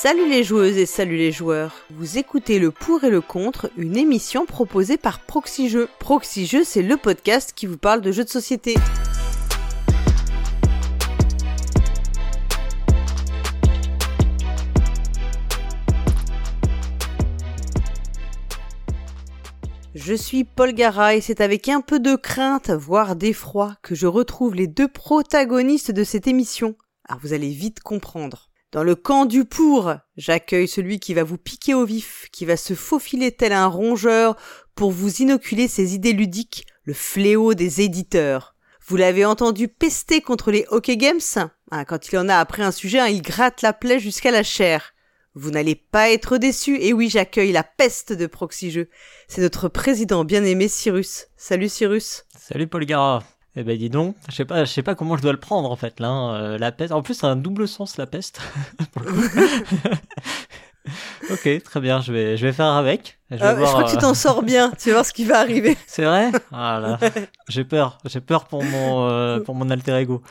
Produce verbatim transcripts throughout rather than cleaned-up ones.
Salut les joueuses et salut les joueurs. Vous écoutez le pour et le contre, une émission proposée par Proxy Jeux. Proxy Jeux, c'est le podcast qui vous parle de jeux de société. Je suis Paul Gara et c'est avec un peu de crainte, voire d'effroi, que je retrouve les deux protagonistes de cette émission. Alors vous allez vite comprendre. Dans le camp du pour, j'accueille celui qui va vous piquer au vif, qui va se faufiler tel un rongeur pour vous inoculer ses idées ludiques, le fléau des éditeurs. Vous l'avez entendu pester contre les Hockey Games ah, quand il en a après un sujet, hein, il gratte la plaie jusqu'à la chair. Vous n'allez pas être déçus, et oui, j'accueille la peste de Proxy Jeux. C'est notre président bien-aimé Cyrus. Salut Cyrus. Salut Paul Gara. Eh ben dis donc, je sais pas, je sais pas comment je dois le prendre en fait là, hein, euh, la peste. En plus, ça a un double sens la peste. Ok, très bien, je vais, je vais faire avec. Je, vais euh, voir, je crois euh... que tu t'en sors bien. Tu vas voir ce qui va arriver. C'est vrai ? Ah là, j'ai peur, j'ai peur pour mon, euh, pour mon alter ego.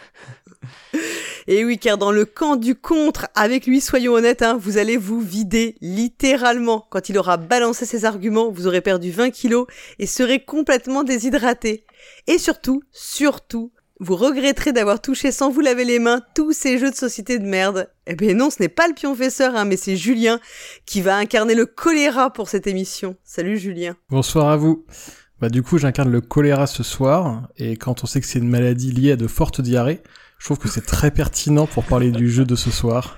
Et oui, car dans le camp du contre, avec lui, soyons honnêtes, hein, vous allez vous vider littéralement. Quand il aura balancé ses arguments, vous aurez perdu vingt kilos et serez complètement déshydraté. Et surtout, surtout, vous regretterez d'avoir touché sans vous laver les mains tous ces jeux de société de merde. Eh ben non, ce n'est pas le pionfesseur, hein, mais c'est Julien qui va incarner le choléra pour cette émission. Salut Julien. Bonsoir à vous. Bah du coup, j'incarne le choléra ce soir, et quand on sait que c'est une maladie liée à de fortes diarrhées, je trouve que c'est très pertinent pour parler du jeu de ce soir.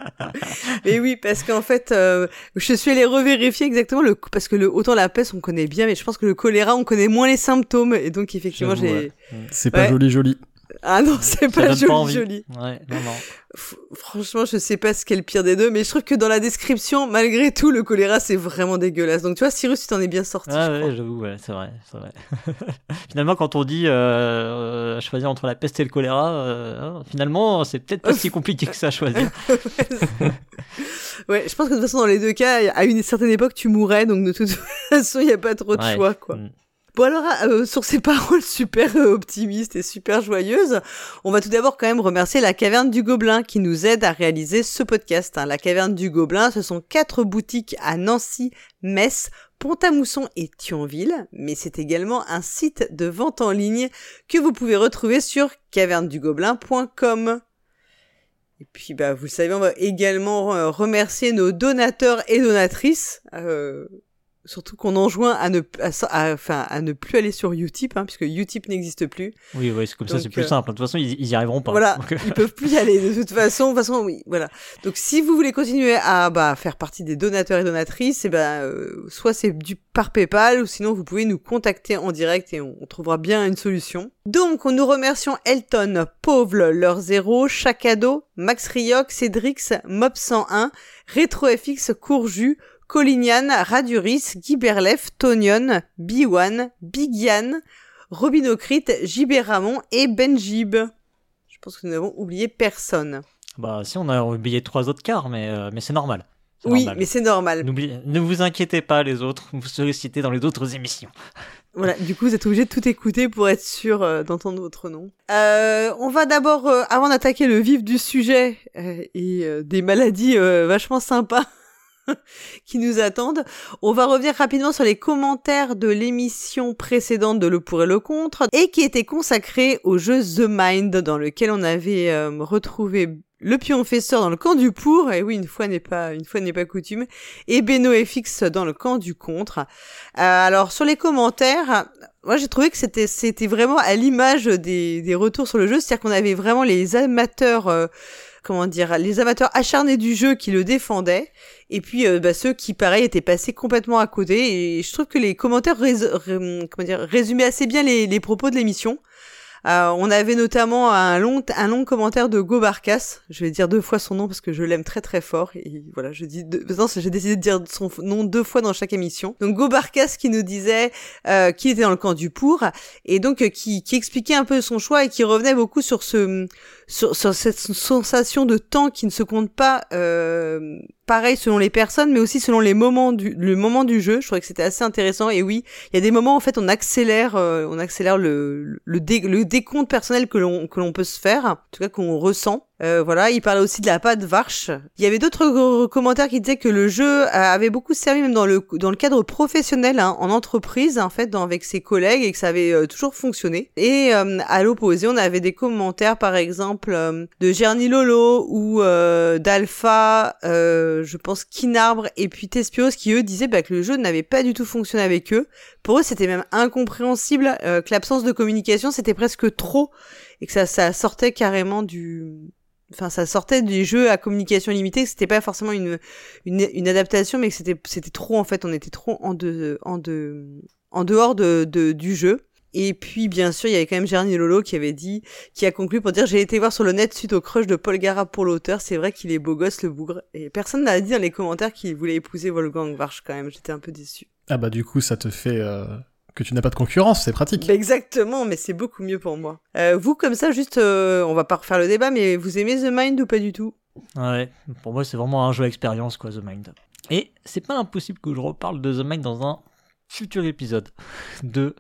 Mais oui, parce qu'en fait, euh, je suis allée revérifier exactement le, parce que le, autant la peste on connaît bien, mais je pense que le choléra on connaît moins les symptômes, et donc effectivement J'avoue, j'ai. Ouais. C'est pas ouais. joli joli. Ah non, c'est pas joli pas joli. Ouais, non non. F- franchement, je sais pas ce qu'est le pire des deux, mais je trouve que dans la description, malgré tout, le choléra c'est vraiment dégueulasse. Donc tu vois, Cyrus, tu t'en es bien sorti. Ah je ouais, crois. j'avoue, ouais, c'est vrai, c'est vrai. Finalement, quand on dit euh, euh, choisir entre la peste et le choléra, euh, finalement, c'est peut-être pas si compliqué que ça à choisir. Ouais, je pense que de toute façon, dans les deux cas, à une certaine époque, tu mourrais, donc de toute façon, il y a pas trop de Ouais. choix, quoi. Mm. Bon alors, euh, sur ces paroles super euh, optimistes et super joyeuses, on va tout d'abord quand même remercier la Caverne du Gobelin qui nous aide à réaliser ce podcast. Hein. La Caverne du Gobelin, ce sont quatre boutiques à Nancy, Metz, Pont-à-Mousson et Thionville, mais c'est également un site de vente en ligne que vous pouvez retrouver sur caverne du gobelin point com. Et puis, bah, vous le savez, on va également euh, remercier nos donateurs et donatrices, euh, surtout qu'on enjoint à ne, à, à, enfin, à ne plus aller sur Utip, hein, puisque Utip n'existe plus. Oui, ouais, c'est comme Donc, ça, c'est plus euh, simple. De toute façon, ils, ils y arriveront pas. Voilà, Donc, euh... ils peuvent plus y aller de toute façon. De toute façon, oui, voilà. Donc, si vous voulez continuer à bah, faire partie des donateurs et donatrices, et ben, euh, soit c'est du par PayPal, ou sinon vous pouvez nous contacter en direct et on, on trouvera bien une solution. Donc, nous remercions Elton, Pauvle, Leur Zéro, Chacado, Max Rioc, Cédrix, Mob cent un, RetroFX, Courju, Colignan, Raduris, Guy Berlef, Tonion, B un, Big Yann, Robinocrit, J B Ramon et Benjib. Je pense que nous n'avons oublié personne. Bah, si, on a oublié trois autres quarts, mais, euh, mais c'est normal. C'est Oui, normal. mais c'est normal. N'oubliez, ne vous inquiétez pas, les autres, vous serez cités dans les autres émissions. Voilà, du coup, vous êtes obligés de tout écouter pour être sûr euh, d'entendre votre nom. Euh, on va d'abord, euh, avant d'attaquer le vif du sujet euh, et euh, des maladies euh, vachement sympas qui nous attendent, on va revenir rapidement sur les commentaires de l'émission précédente de Le Pour et le Contre, et qui était consacrée au jeu The Mind, dans lequel on avait euh, retrouvé le pionfesseur dans le camp du pour, et oui, une fois n'est pas, une fois n'est pas coutume, et Beno F X dans le camp du contre. Euh, alors, sur les commentaires, moi, j'ai trouvé que c'était, c'était vraiment à l'image des, des retours sur le jeu, c'est-à-dire qu'on avait vraiment les amateurs, euh, comment dire, les amateurs acharnés du jeu qui le défendaient, et puis euh, bah, ceux qui, pareil, étaient passés complètement à côté, et je trouve que les commentaires rés- ré- comment dire, résumaient assez bien les, les propos de l'émission. Euh, on avait notamment un long, un long commentaire de Go Barkas. Je vais dire deux fois son nom parce que je l'aime très très fort. Et voilà, je dis deux... non, j'ai décidé de dire son nom deux fois dans chaque émission. Donc Go Barkas qui nous disait euh, qu'il était dans le camp du pour et donc euh, qui, qui expliquait un peu son choix et qui revenait beaucoup sur ce, sur, sur cette sensation de temps qui ne se compte pas. Euh, pareil selon les personnes, mais aussi selon les moments du, le moment du jeu. Je trouvais que c'était assez intéressant. Et oui, il y a des moments où en fait on accélère, euh, on accélère le le, dé, le décompte personnel que l'on que l'on peut se faire, en tout cas qu'on ressent. Euh, voilà, il parlait aussi de la pâte vache. Il y avait d'autres euh, commentaires qui disaient que le jeu euh, avait beaucoup servi même dans le dans le cadre professionnel, hein, en entreprise, en fait, dans, avec ses collègues, et que ça avait euh, toujours fonctionné. Et euh, à l'opposé, on avait des commentaires, par exemple, euh, de Gerny Lolo ou euh, d'Alpha, euh, je pense Kinarbre et puis Tespios, qui eux disaient bah, que le jeu n'avait pas du tout fonctionné avec eux. Pour eux, c'était même incompréhensible, euh, que l'absence de communication, c'était presque trop, et que ça, ça sortait carrément du... Enfin, ça sortait des jeux à communication limitée, que c'était pas forcément une, une, une adaptation, mais que c'était, c'était trop, en fait, on était trop en de, en de, en dehors de, de, du jeu. Et puis, bien sûr, il y avait quand même Gerny Lolo qui avait dit, qui a conclu pour dire, j'ai été voir sur le net suite au crush de Paul Gara pour l'auteur, c'est vrai qu'il est beau gosse, le bougre. Et personne n'a dit dans les commentaires qu'il voulait épouser Wolfgang Warsch, quand même, j'étais un peu déçue. Ah bah, du coup, ça te fait, euh... que tu n'as pas de concurrence, c'est pratique. Bah exactement, mais c'est beaucoup mieux pour moi. Euh, vous, comme ça, juste, euh, on va pas refaire le débat, mais vous aimez The Mind ou pas du tout ? Ouais, pour moi, c'est vraiment un jeu à expérience, quoi, The Mind. Et c'est pas impossible que je reparle de The Mind dans un futur épisode de...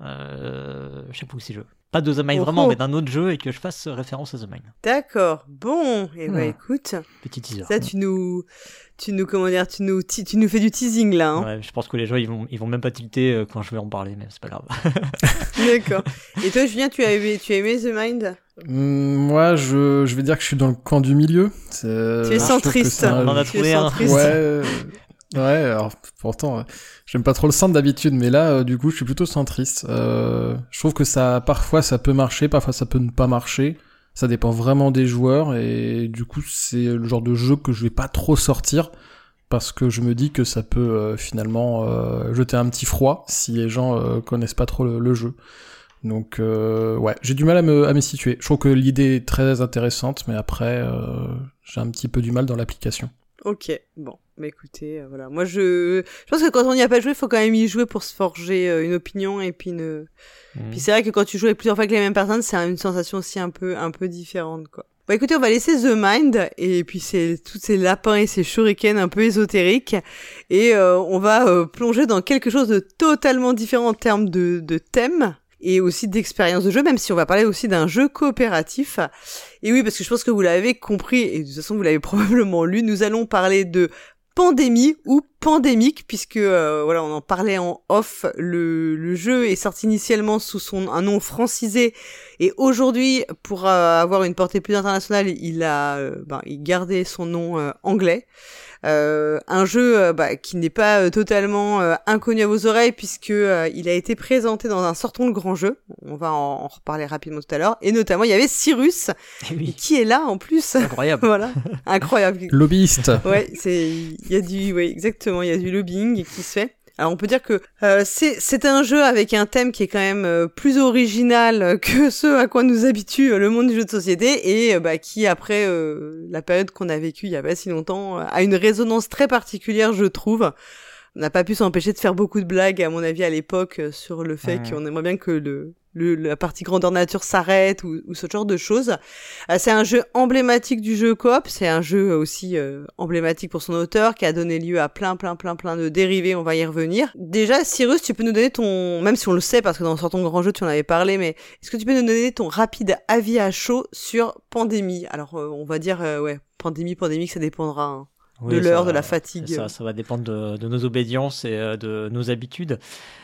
Euh, je sais pas où c'est jeu. Pas de The Mind Oh vraiment, oh. mais d'un autre jeu, et que je fasse référence à The Mind. D'accord, bon, et bah Hmm. écoute, Petit teaser. ça tu nous, tu nous, comment dire, tu nous, tu, tu nous fais du teasing là, hein. Ouais, je pense que les gens ils vont, ils vont même pas tilter euh, quand je vais en parler, mais c'est pas grave. D'accord. Et toi, Julien, tu as aimé, tu as aimé The Mind ? Hum, moi, je, je vais dire que je suis dans le camp du milieu. C'est, Tu es je trouve que centriste. c'est un- On en a Tu es trouvé un. centriste. Ouais, euh, ouais, alors pourtant, euh, j'aime pas trop le centre d'habitude, mais là, euh, du coup, je suis plutôt centriste. Euh, je trouve que ça, parfois, ça peut marcher, parfois, ça peut ne pas marcher. Ça dépend vraiment des joueurs, et du coup, c'est le genre de jeu que je vais pas trop sortir, parce que je me dis que ça peut euh, finalement euh, jeter un petit froid si les gens euh, connaissent pas trop le, le jeu. Donc, euh, ouais, j'ai du mal à me, à me situer. Je trouve que l'idée est très intéressante, mais après, euh, j'ai un petit peu du mal dans l'application. Ok, bon, bah écoutez, euh, voilà. Moi, je, je pense que quand on n'y a pas joué, il faut quand même y jouer pour se forger euh, une opinion, et puis une... Mmh. Puis c'est vrai que quand tu joues avec plusieurs fois avec les mêmes personnes, c'est une sensation aussi un peu, un peu différente, quoi. Bon, écoutez, on va laisser The Mind, et puis c'est tous ces lapins et ces shurikens un peu ésotériques, et euh, on va euh, plonger dans quelque chose de totalement différent en termes de, de thème, et aussi d'expérience de jeu, même si on va parler aussi d'un jeu coopératif. Et oui, parce que je pense que vous l'avez compris, et de toute façon vous l'avez probablement lu, nous allons parler de Pandémie ou Pandémique, puisque euh, voilà, on en parlait en off. Le, le jeu est sorti initialement sous son un nom francisé, et aujourd'hui, pour euh, avoir une portée plus internationale, il a euh, ben, il gardait son nom euh, anglais. Euh, un jeu euh, bah, qui n'est pas euh, totalement euh, inconnu à vos oreilles, puisque euh, il a été présenté dans un Sortons le grand jeu. On va en, en reparler rapidement tout à l'heure. Et notamment, il y avait Cyrus, Eh oui, qui est là en plus. incroyable. Voilà, incroyable. Lobbyiste. Ouais, c'est, il y a du, ouais, exactement, il y a du lobbying qui se fait. Alors on peut dire que euh, c'est c'est un jeu avec un thème qui est quand même euh, plus original que ce à quoi nous habitue euh, le monde du jeu de société, et euh, bah qui après euh, la période qu'on a vécue il y a pas si longtemps euh, a une résonance très particulière, je trouve. On n'a pas pu s'empêcher de faire beaucoup de blagues, à mon avis, à l'époque, euh, sur le fait Mmh. qu'on aimerait bien que le, le la partie grandeur nature s'arrête, ou, ou ce genre de choses. Euh, c'est un jeu emblématique du jeu coop, c'est un jeu aussi euh, emblématique pour son auteur, qui a donné lieu à plein, plein, plein, plein de dérivés, on va y revenir. Déjà, Cyrus, tu peux nous donner ton, même si on le sait, parce que dans Sortons grand jeu, tu en avais parlé, mais est-ce que tu peux nous donner ton rapide avis à chaud sur Pandémie ? Alors, euh, on va dire, euh, ouais, Pandémie, Pandémique, ça dépendra, hein. Oui, de ça l'heure, va- de la fatigue. Ça, ça va dépendre de, de nos obédiences et euh, de nos habitudes.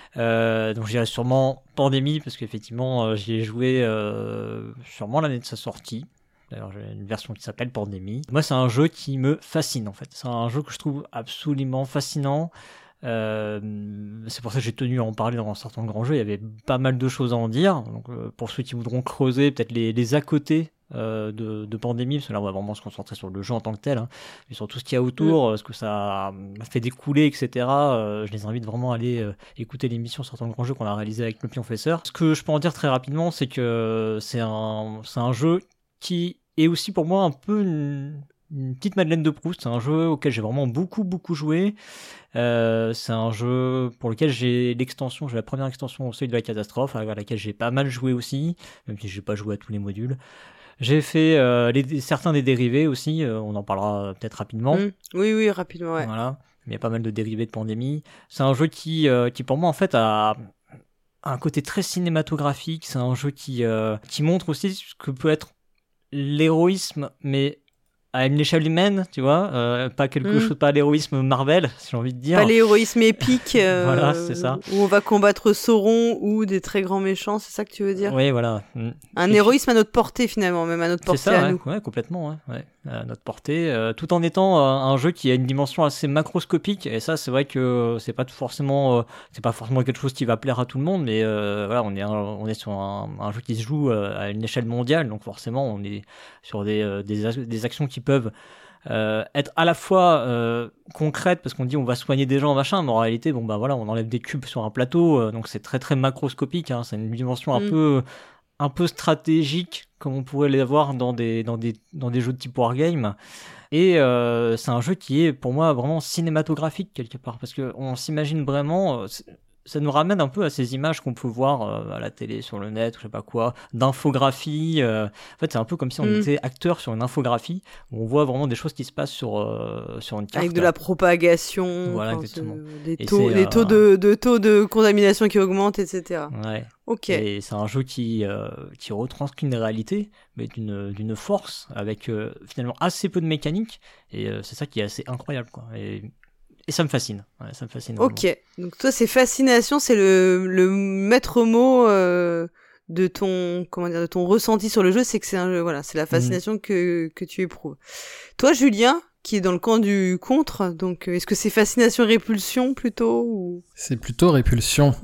Euh, donc je dirais sûrement Pandémie, parce qu'effectivement euh, j'y ai joué euh, sûrement l'année de sa sortie. D'ailleurs j'ai une version qui s'appelle Pandémie. Moi c'est un jeu qui me fascine en fait. C'est un jeu que je trouve absolument fascinant. Euh, c'est pour ça que j'ai tenu à en parler dans un certain grand jeu. Il y avait pas mal de choses à en dire. Donc euh, pour ceux qui voudront creuser peut-être les, les à côté euh, de, de Pandémie, parce que là on va vraiment se concentrer sur le jeu en tant que tel, hein, mais sur tout ce qu'il y a autour, mmh. ce que ça a fait découler, et cetera. Euh, je les invite vraiment à aller euh, écouter l'émission Sortant le grand jeu qu'on a réalisé avec le Pionfesseur. Ce que je peux en dire très rapidement, c'est que c'est un, c'est un jeu qui est aussi pour moi un peu une, une petite Madeleine de Proust. C'est un jeu auquel j'ai vraiment beaucoup beaucoup joué. Euh, c'est un jeu pour lequel j'ai l'extension, j'ai la première extension au seuil de la catastrophe, à laquelle j'ai pas mal joué aussi, même si j'ai pas joué à tous les modules. J'ai fait euh, les, certains des dérivés aussi, euh, on en parlera peut-être rapidement. Mmh. Oui, oui, rapidement, ouais. Voilà, il y a pas mal de dérivés de Pandémie. C'est un jeu qui, euh, qui pour moi en fait a un côté très cinématographique. C'est un jeu qui, euh, qui montre aussi ce que peut être l'héroïsme, mais à une échelle humaine, tu vois, euh, pas quelque Mm. chose, pas l'héroïsme Marvel, si j'ai envie de dire. Pas l'héroïsme épique, euh, Voilà, c'est ça. où on va combattre Sauron ou des très grands méchants, c'est ça que tu veux dire? Oui, voilà. Mm. Un Et héroïsme à notre portée finalement, même à notre C'est portée ça, à ouais, nous. ouais, complètement, ouais, ouais, à notre portée, euh, tout en étant euh, un jeu qui a une dimension assez macroscopique. Et ça, c'est vrai que euh, c'est pas tout forcément, euh, c'est pas forcément quelque chose qui va plaire à tout le monde, mais euh, voilà, on est, un, on est sur un, un jeu qui se joue euh, à une échelle mondiale, donc forcément, on est sur des, euh, des, ac- des actions qui peuvent euh, être à la fois euh, concrètes parce qu'on dit on va soigner des gens machin, mais en réalité, bon bah voilà, on enlève des cubes sur un plateau, euh, donc c'est très très macroscopique. Hein, c'est une dimension un Mm. peu un peu stratégique comme on pourrait l'avoir dans des, dans des, dans des jeux de type wargame. Et euh, c'est un jeu qui est pour moi vraiment cinématographique quelque part, parce qu'on s'imagine vraiment, ça nous ramène un peu à ces images qu'on peut voir euh, à la télé, sur le net, je sais pas quoi, d'infographie. Euh, en fait, c'est un peu comme si on Mm. était acteur sur une infographie, où on voit vraiment des choses qui se passent sur, euh, sur une carte. Avec de la propagation, Voilà, enfin, exactement. ce- des Et taux, c'est, des euh, taux de, de taux de contamination qui augmentent, et cetera. Ouais. Ok. Et c'est un jeu qui, euh, qui retranscrit une réalité, mais d'une, d'une force, avec euh, finalement assez peu de mécanique, et euh, c'est ça qui est assez incroyable, quoi. Et, et ça me fascine, ouais, ça me fascine vraiment. Ok. Donc toi, c'est fascination, c'est le, le maître mot euh, de ton, comment dire, de ton ressenti sur le jeu, c'est que c'est un jeu, voilà, c'est la fascination que que tu éprouves. Toi, Julien, qui est dans le camp du contre, donc euh, est-ce que c'est fascination répulsion plutôt ou... C'est plutôt répulsion.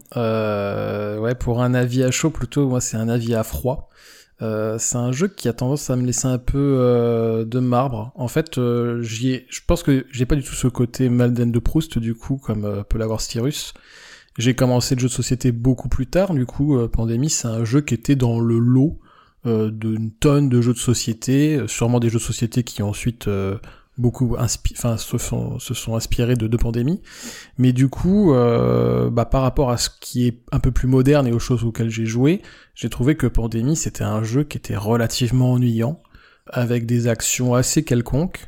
Euh, ouais, pour un avis à chaud, plutôt, moi, c'est un avis à froid. Euh, c'est un jeu qui a tendance à me laisser un peu euh, de marbre. En fait, euh, j'y ai, je pense que j'ai pas du tout ce côté Madeleine de Proust, du coup, comme euh, peut l'avoir Styrus. J'ai commencé le jeu de société beaucoup plus tard, du coup, euh, Pandémie, c'est un jeu qui était dans le lot euh, d'une tonne de jeux de société, euh, sûrement des jeux de société qui ont ensuite... Euh, beaucoup inspi- enfin se sont se sont inspirés de, de Pandémie, mais du coup euh, bah par rapport à ce qui est un peu plus moderne et aux choses auxquelles j'ai joué, j'ai trouvé que Pandémie c'était un jeu qui était relativement ennuyant, avec des actions assez quelconques,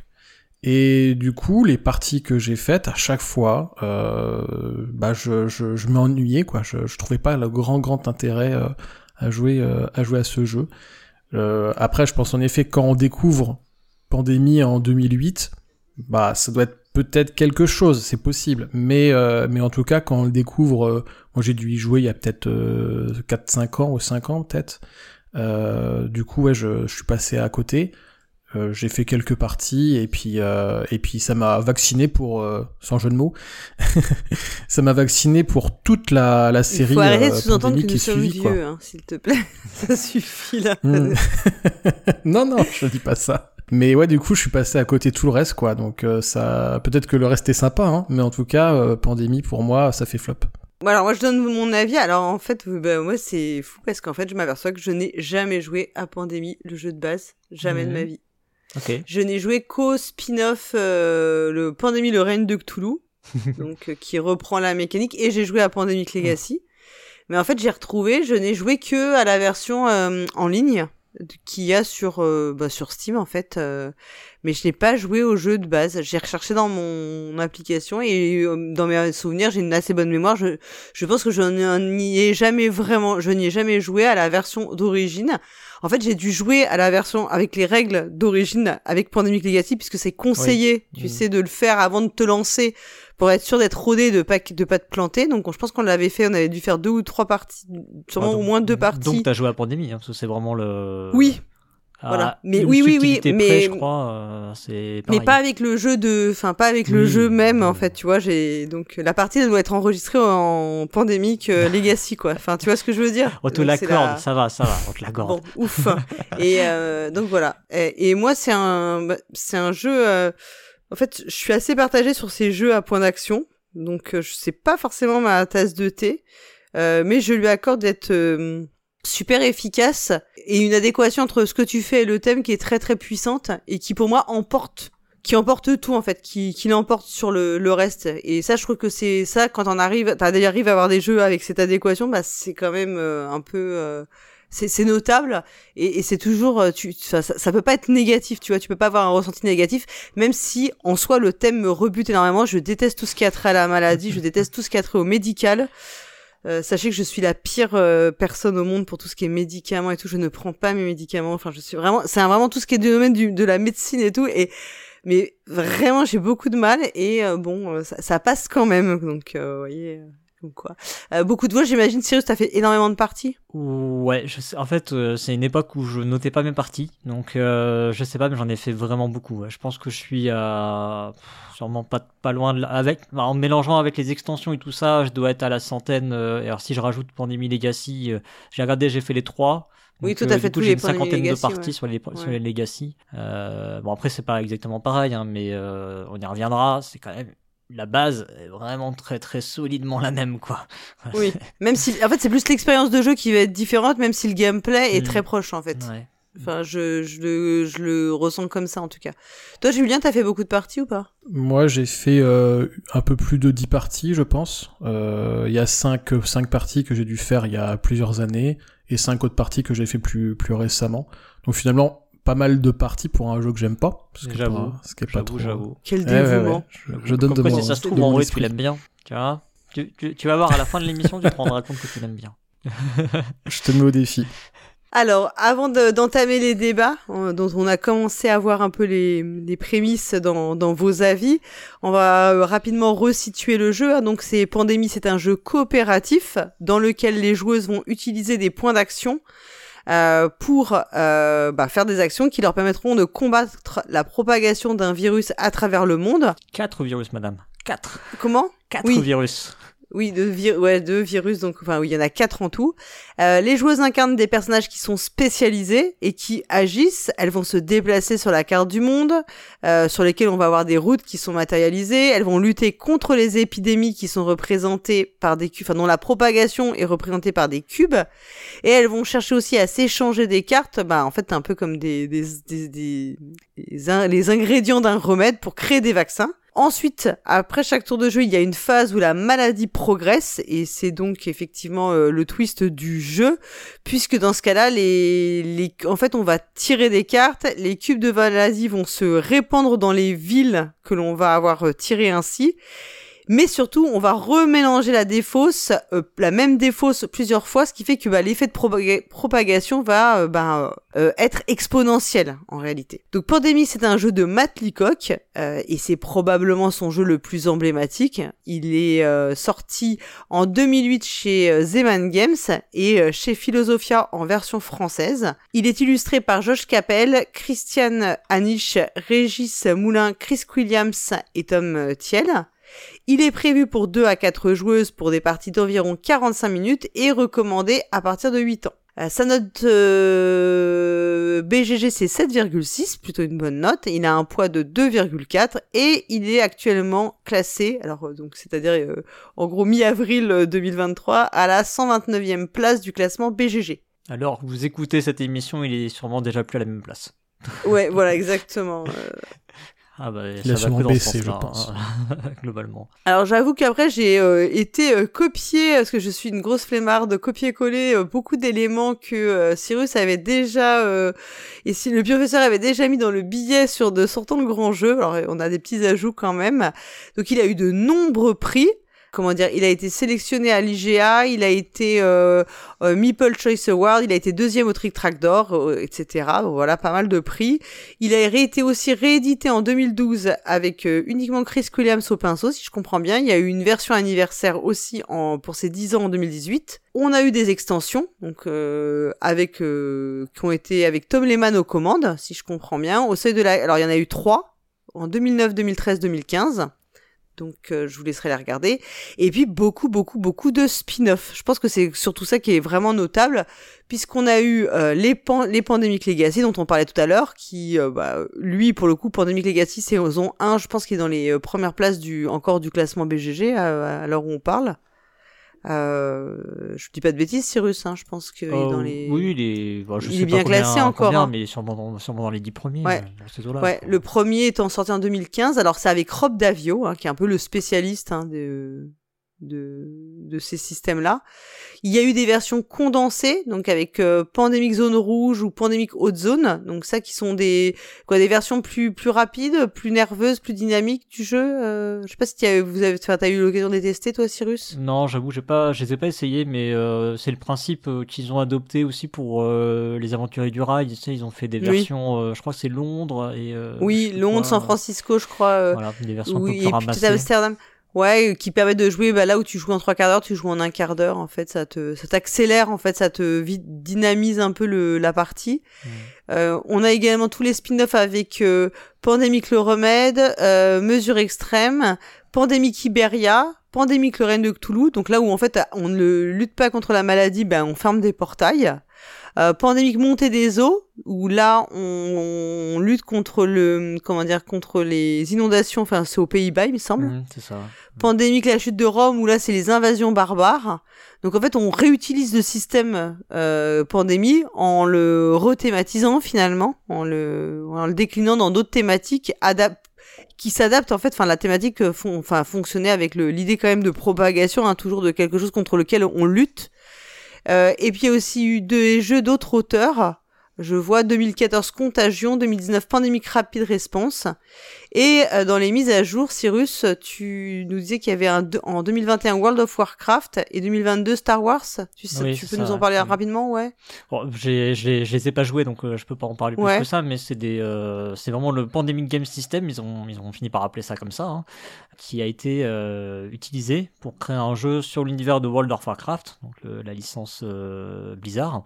et du coup les parties que j'ai faites à chaque fois euh, bah je je, je m'ennuyais quoi, je je trouvais pas le grand grand intérêt euh, à jouer euh, à jouer à ce jeu. Euh, après je pense en effet quand on découvre Pandémie en deux mille huit, bah ça doit être peut-être quelque chose, c'est possible, mais euh, mais en tout cas quand on le découvre, euh, moi j'ai dû y jouer il y a peut-être euh, quatre cinq ans ou cinq ans peut-être, euh, du coup ouais je, je suis passé à côté, euh, j'ai fait quelques parties et puis euh, et puis ça m'a vacciné pour euh, sans jeu de mots, ça m'a vacciné pour toute la la série. Il faut arrêter de euh, sous-entendre que Pandémie nous qui sommes suivit, vieux, hein, s'il te plaît. Ça suffit là. Mm. non non, je dis pas ça. Mais ouais, du coup, je suis passé à côté de tout le reste, quoi. Donc euh, ça, peut-être que le reste est sympa, hein. Mais en tout cas, euh, Pandémie pour moi, ça fait flop. Bon, alors moi je donne mon avis. Alors en fait, euh, bah, moi c'est fou parce qu'en fait je m'aperçois que je n'ai jamais joué à Pandémie, le jeu de base, jamais Mhm. de ma vie. Ok. Je n'ai joué qu'au spin-off, euh, le Pandémie, le règne de Cthulhu, donc euh, qui reprend la mécanique, et j'ai joué à Pandemic Legacy. Mais en fait, j'ai retrouvé, je n'ai joué que à la version euh, en ligne qu'il y a sur euh, bah, sur Steam en fait, euh, mais je n'ai pas joué au jeu de base. J'ai recherché dans mon application et euh, dans mes souvenirs, j'ai une assez bonne mémoire. Je je pense que je n'y ai jamais vraiment, je n'y ai jamais joué à la version d'origine. En fait, j'ai dû jouer à la version avec les règles d'origine avec Pandemic Legacy puisque c'est conseillé, oui. tu mmh. sais, de le faire avant de te lancer pour être sûr d'être rodé, de pas de pas te planter. Donc, je pense qu'on l'avait fait, on avait dû faire deux ou trois parties, sûrement ah, donc, au moins deux parties. Donc, t'as joué à Pandémie, hein, parce que c'est vraiment le. Oui. Ah, voilà. Mais oui, oui, oui, près, mais je crois, euh, c'est pareil. Mais pas avec le jeu de, enfin pas avec oui. le jeu même en fait, tu vois. J'ai donc la partie elle doit être enregistrée en Pandemic euh, Legacy quoi. Enfin, tu vois ce que je veux dire. On te l'accorde, la... ça va, ça va, on te l'accorde. Bon, ouf. Et euh, donc voilà. Et, et moi c'est un, c'est un jeu. Euh... En fait, je suis assez partagée sur ces jeux à point d'action. Donc euh, je sais pas forcément ma tasse de thé, euh, mais je lui accorde d'être euh, super efficace et une adéquation entre ce que tu fais et le thème qui est très très puissante et qui pour moi emporte, qui emporte tout en fait, qui, qui l'emporte sur le, le reste. Et ça, je trouve que c'est ça quand on arrive, t'arrives à avoir des jeux avec cette adéquation, bah c'est quand même euh, un peu, euh, c'est, c'est notable et, et c'est toujours, tu, ça, ça, ça peut pas être négatif, tu vois, tu peux pas avoir un ressenti négatif, même si en soi le thème me rebute énormément. Je déteste tout ce qui a trait à la maladie, je déteste tout ce qui a trait au médical. Euh, sachez que je suis la pire euh, personne au monde pour tout ce qui est médicaments et tout. Je ne prends pas mes médicaments. Enfin, je suis vraiment, c'est un, vraiment tout ce qui est du domaine du, de la médecine et tout. Et mais vraiment, j'ai beaucoup de mal. Et euh, bon, euh, ça, ça passe quand même. Donc, euh, vous voyez. Euh... Donc quoi. Euh, beaucoup de voix, j'imagine. Cyrus, t'as fait énormément de parties? Ouais, je sais, en fait, euh, c'est une époque où je notais pas mes parties, donc euh, je sais pas, mais j'en ai fait vraiment beaucoup. Ouais. Je pense que je suis à pff, sûrement pas pas loin de la... avec, bah, en mélangeant avec les extensions et tout ça, je dois être à la centaine. Euh, et alors si je rajoute Pandémie Legacy, euh, j'ai regardé, j'ai fait les trois. Donc, oui, tout à fait. Euh, du coup, j'ai une cinquantaine de parties ouais. sur les sur ouais. les Legacy. Euh, bon après, c'est pas exactement pareil, hein, mais euh, on y reviendra. C'est quand même la base est vraiment très très solidement la même quoi. Oui, même si en fait c'est plus l'expérience de jeu qui va être différente, même si le gameplay est mmh. très proche en fait. Ouais. Enfin, je, je, le, je le ressens comme ça en tout cas. Toi, Julien, t'as fait beaucoup de parties ou pas? Moi, j'ai fait euh, un peu plus de dix parties, je pense. Il euh, y a cinq cinq parties que j'ai dû faire il y a plusieurs années et cinq autres parties que j'ai fait plus plus récemment. Donc finalement, pas mal de parties pour un jeu que j'aime pas. Ce qui est pas, ce qui est pas trop. J'avoue. Quel dévouement. Ouais, ouais, je, je donne de moi. moi. Si ça se trouve, en vrai, tu l'aimes bien. Tu vois, tu, tu, tu vas voir à la fin de l'émission, tu te rendras compte que tu l'aimes bien. Je te mets au défi. Alors, avant de, d'entamer les débats, euh, dont on a commencé à voir un peu les, les prémices dans, dans vos avis, on va euh, rapidement resituer le jeu. Donc, c'est Pandémie, c'est un jeu coopératif dans lequel les joueuses vont utiliser des points d'action Euh, pour euh, bah, faire des actions qui leur permettront de combattre la propagation d'un virus à travers le monde. Quatre virus, madame. Quatre. Comment? Quatre oui. virus. Oui, deux, vir- ouais, deux virus, donc enfin oui, il y en a quatre en tout. Euh, les joueuses incarnent des personnages qui sont spécialisés et qui agissent. Elles vont se déplacer sur la carte du monde, euh, sur lesquelles on va avoir des routes qui sont matérialisées. Elles vont lutter contre les épidémies qui sont représentées par des cubes, enfin dont la propagation est représentée par des cubes. Et elles vont chercher aussi à s'échanger des cartes, bah en fait un peu comme des des des, des, des in- les ingrédients d'un remède pour créer des vaccins. Ensuite, après chaque tour de jeu, il y a une phase où la maladie progresse et c'est donc effectivement euh, le twist du jeu, puisque dans ce cas-là, les, les, en fait, on va tirer des cartes, les cubes de maladie vont se répandre dans les villes que l'on va avoir euh, tirées ainsi. Mais surtout, on va remélanger la défausse, euh, la même défausse plusieurs fois, ce qui fait que bah, l'effet de propaga- propagation va euh, bah, euh, être exponentiel en réalité. Donc Pandémie, c'est un jeu de Matt Leacock euh, et c'est probablement son jeu le plus emblématique. Il est euh, sorti en deux mille huit chez euh, Zeman Games et euh, chez Philosophia en version française. Il est illustré par Josh Capel, Christian Anish, Régis Moulin, Chris Williams et Tom Thiel. Il est prévu pour deux à quatre joueuses pour des parties d'environ quarante-cinq minutes et recommandé à partir de huit ans. Euh, sa note euh, B G G c'est sept virgule six, plutôt une bonne note. Il a un poids de deux virgule quatre et il est actuellement classé, alors euh, donc c'est-à-dire euh, en gros mi-avril deux mille vingt-trois, à la cent vingt-neuvième place du classement B G G. Alors vous écoutez cette émission, il est sûrement déjà plus à la même place. Ouais, voilà, exactement. Euh... Ah bah, il a sûrement baissé, je pense. Hein, globalement. Alors j'avoue qu'après j'ai euh, été euh, copier, parce que je suis une grosse flemmarde, copier-coller euh, beaucoup d'éléments que euh, Cyrus avait déjà, euh, et si le professeur avait déjà mis dans le billet sur de sortant le grand jeu. Alors on a des petits ajouts quand même. Donc il a eu de nombreux prix. Comment dire, il a été sélectionné à l'I G A, il a été euh, euh, Meeple Choice Award, il a été deuxième au Trick Track d'Or, euh, et cetera. Donc, voilà, pas mal de prix. Il a été aussi réédité en deux mille douze avec euh, uniquement Chris Williams au pinceau, si je comprends bien. Il y a eu une version anniversaire aussi en, pour ses dix ans en deux mille dix-huit. On a eu des extensions, donc euh, avec euh, qui ont été avec Tom Lehman aux commandes, si je comprends bien. Au seuil de la, alors il y en a eu trois en deux mille neuf, deux mille treize, deux mille quinze. Donc euh, je vous laisserai les regarder. Et puis beaucoup, beaucoup, beaucoup de spin-off. Je pense que c'est surtout ça qui est vraiment notable, puisqu'on a eu euh, les, pan- les Pandemic Legacy dont on parlait tout à l'heure, qui, euh, bah, lui, pour le coup, Pandemic Legacy, c'est saison un, je pense qu'il est dans les euh, premières places du encore du classement B G G à, à l'heure où on parle. Euh, je dis pas de bêtises, Cyrus, hein, je pense qu'il est euh, dans les... Oui, il est, bon, je il sais est bien pas combien, classé encore, combien, hein. Mais sûrement dans, sûrement dans les dix premiers. Ouais, dans ces eaux-là, ouais. Le premier étant sorti en deux mille quinze, alors c'est avec Rob Davio, hein, qui est un peu le spécialiste hein, de... de, de ces systèmes-là. Il y a eu des versions condensées, donc avec euh, Pandemic Zone Rouge ou Pandemic Haute Zone, donc ça qui sont des quoi des versions plus plus rapides, plus nerveuses, plus dynamiques du jeu. Euh, je sais pas si t'as, vous avez, enfin, t'as eu l'occasion de les tester, toi, Cyrus? Non, j'avoue, j'ai pas, je les ai pas essayés, mais euh, c'est le principe euh, qu'ils ont adopté aussi pour euh, les aventuriers du rail. Tu sais, ils ont fait des versions, oui. euh, je crois que c'est Londres et euh, oui, Londres, quoi, San Francisco, je crois. Euh, voilà, des versions oui, un peu plus et ramassées. Puis Amsterdam. Ouais, qui permet de jouer bah, là où tu joues en trois quarts d'heure, tu joues en un quart d'heure. En fait, ça te, ça t'accélère, en fait, ça te vite dynamise un peu le la partie. Mmh. Euh, on a également tous les spin-offs avec euh, Pandemic le Remède, euh, Mesure Extrême, Pandemic Iberia, Pandemic le Règne de Cthulhu. Donc là où en fait on ne lutte pas contre la maladie, ben on ferme des portails. Euh, Pandemic Montée des eaux, où là on, on lutte contre le comment dire contre les inondations, enfin c'est aux Pays-Bas il me semble. Mmh, c'est ça. Pandemic la chute de Rome, où là c'est les invasions barbares. Donc en fait on réutilise le système euh, pandémie en le rethématisant finalement, en le en le déclinant dans d'autres thématiques adap- qui s'adaptent en fait. Enfin la thématique fon- enfin fonctionnait avec le l'idée quand même de propagation, hein, toujours de quelque chose contre lequel on lutte. Euh, et puis il y a aussi eu des jeux d'autres auteurs. Je vois deux mille quatorze Contagion, deux mille dix-neuf Pandemic Rapid Response. Et euh, dans les mises à jour, Cyrus, tu nous disais qu'il y avait un de, en deux mille vingt et un World of Warcraft et deux mille vingt-deux Star Wars. Tu, sais, oui, tu peux ça, nous en parler oui. rapidement, ouais. Bon, j'ai, j'ai, je les ai pas joués, donc euh, je peux pas en parler plus ouais. que ça, mais c'est des, euh, c'est vraiment le Pandemic Game System. Ils ont, ils ont fini par appeler ça comme ça, hein, qui a été euh, utilisé pour créer un jeu sur l'univers de World of Warcraft, donc le, la licence euh, Blizzard.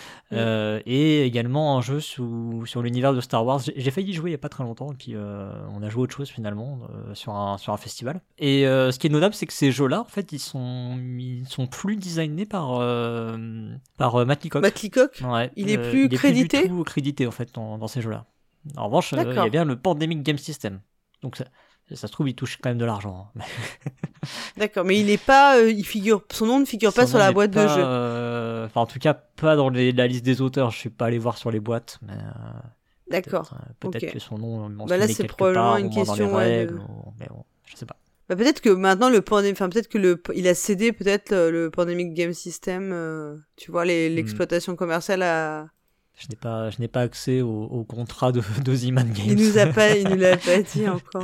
Euh, et également un jeu sous, sur l'univers de Star Wars. J'ai, j'ai failli y jouer il y a pas très longtemps, et puis euh, on a joué autre chose finalement euh, sur un sur un festival. Et euh, ce qui est notable, c'est que ces jeux-là, en fait, ils sont ils sont plus designés par euh, par euh, Matt Leacock. Matt Leacock. Ouais. Il est euh, plus il est crédité. Plus du tout crédité en fait dans, dans ces jeux-là. En revanche, euh, il y a bien le Pandemic Game System. Donc ça, ça se trouve, il touche quand même de l'argent. Hein. D'accord, mais il est pas, euh, il figure, son nom ne figure son pas sur la boîte pas, de jeu. Euh, enfin, en tout cas, pas dans les, la liste des auteurs. Je suis pas allé voir sur les boîtes, mais. Euh, D'accord. Peut-être, peut-être okay. que son nom mentionné bah là, c'est quelque probablement part, une au moins question dans les règles, ouais, de... ou... mais bon, je sais pas. Bah peut-être que maintenant le pandémie, enfin peut-être que le, il a cédé peut-être le, le Pandemic Game System, euh, tu vois, les, l'exploitation mm. commerciale à. Je n'ai pas, je n'ai pas accès au, au contrat de, de Z-Man Games. Il nous a pas, il nous l'a pas dit encore.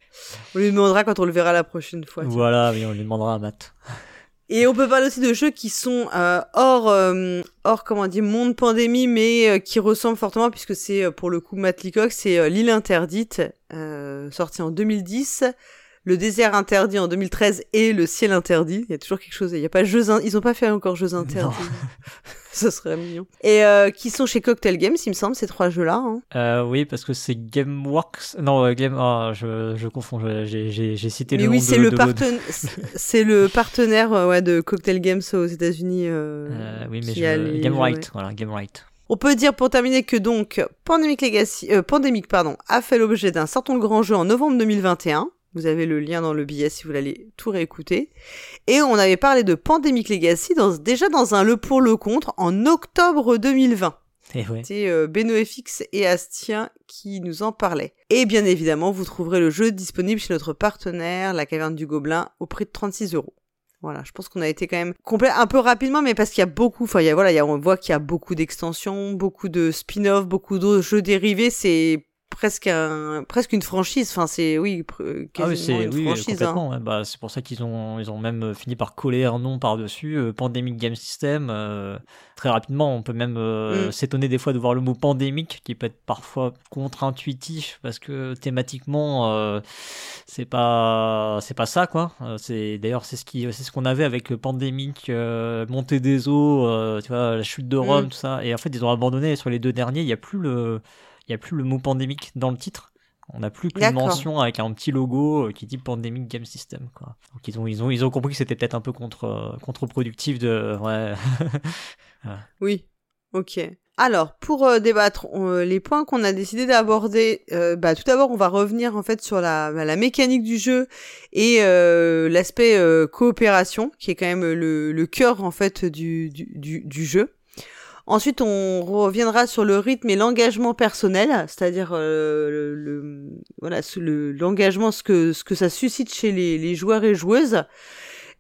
On lui demandera quand on le verra la prochaine fois. Voilà, oui, on lui demandera à Matt. Et on peut parler aussi de jeux qui sont euh, hors, euh, hors comment dire, monde pandémie, mais euh, qui ressemblent fortement, puisque c'est euh, pour le coup Matt Leacock, c'est euh, L'île interdite, euh, sorti en deux mille dix. Le désert interdit en deux mille treize et le ciel interdit. Il y a toujours quelque chose. Il y a pas jeux, in... ils ont pas fait encore jeux interdits. Ce serait mignon. Et euh, qui sont chez Cocktail Games, il me semble, ces trois jeux-là. Hein. Euh, oui, parce que c'est GameWorks. Non, Game. Oh, je, je confonds. J'ai, j'ai, j'ai cité Mais le oui, nom c'est de, le de parten... c'est le partenaire ouais, de Cocktail Games aux États-Unis. Euh, euh, oui, mais je... les... GameRight. Ouais. Voilà, GameRight. On peut dire pour terminer que donc Pandemic Legacy, euh, Pandemic pardon, a fait l'objet d'un certain grand jeu en novembre deux mille vingt et un. Vous avez le lien dans le billet si vous voulez tout réécouter. Et on avait parlé de Pandemic Legacy dans, déjà dans un le pour le contre en octobre deux mille vingt. Et ouais. C'est euh, BenoFX et Astien qui nous en parlaient. Et bien évidemment, vous trouverez le jeu disponible chez notre partenaire, la Caverne du Gobelin, au prix de trente-six euros. Voilà, je pense qu'on a été quand même complet un peu rapidement, mais parce qu'il y a beaucoup, enfin, il y a, voilà, il y a, on voit qu'il y a beaucoup d'extensions, beaucoup de spin-off, beaucoup d'autres jeux dérivés, c'est presque un, presque une franchise, enfin, c'est, oui, quasiment ah oui, c'est, une oui, franchise. complètement, hein. ouais. Bah, c'est pour ça qu'ils ont, ils ont même fini par coller un nom par-dessus, euh, Pandemic Game System, euh, très rapidement, on peut même euh, mm. s'étonner des fois de voir le mot pandémique, qui peut être parfois contre-intuitif, parce que thématiquement, euh, c'est pas, c'est pas ça, quoi. C'est, d'ailleurs, c'est ce qui, c'est ce qu'on avait avec le Pandémique, euh, Montée des eaux, euh, tu vois, la chute de Rome, mm. tout ça, et en fait, ils ont abandonné sur les deux derniers, il y a plus le, il n'y a plus le mot pandémique dans le titre. On n'a plus qu'une D'accord. mention avec un petit logo qui dit Pandemic Game System, quoi. Donc ils ont, ils ont, ils ont compris que c'était peut-être un peu contre, contre-productif de, ouais. ouais. Oui. Ok. Alors, pour euh, débattre, on, les points qu'on a décidé d'aborder, euh, bah, tout d'abord, on va revenir, en fait, sur la, bah, la mécanique du jeu et euh, l'aspect euh, coopération, qui est quand même le, le cœur, en fait, du, du, du, du jeu. Ensuite, on reviendra sur le rythme et l'engagement personnel, c'est-à-dire euh, le, le voilà le, l'engagement, ce que ce que ça suscite chez les, les joueurs et joueuses.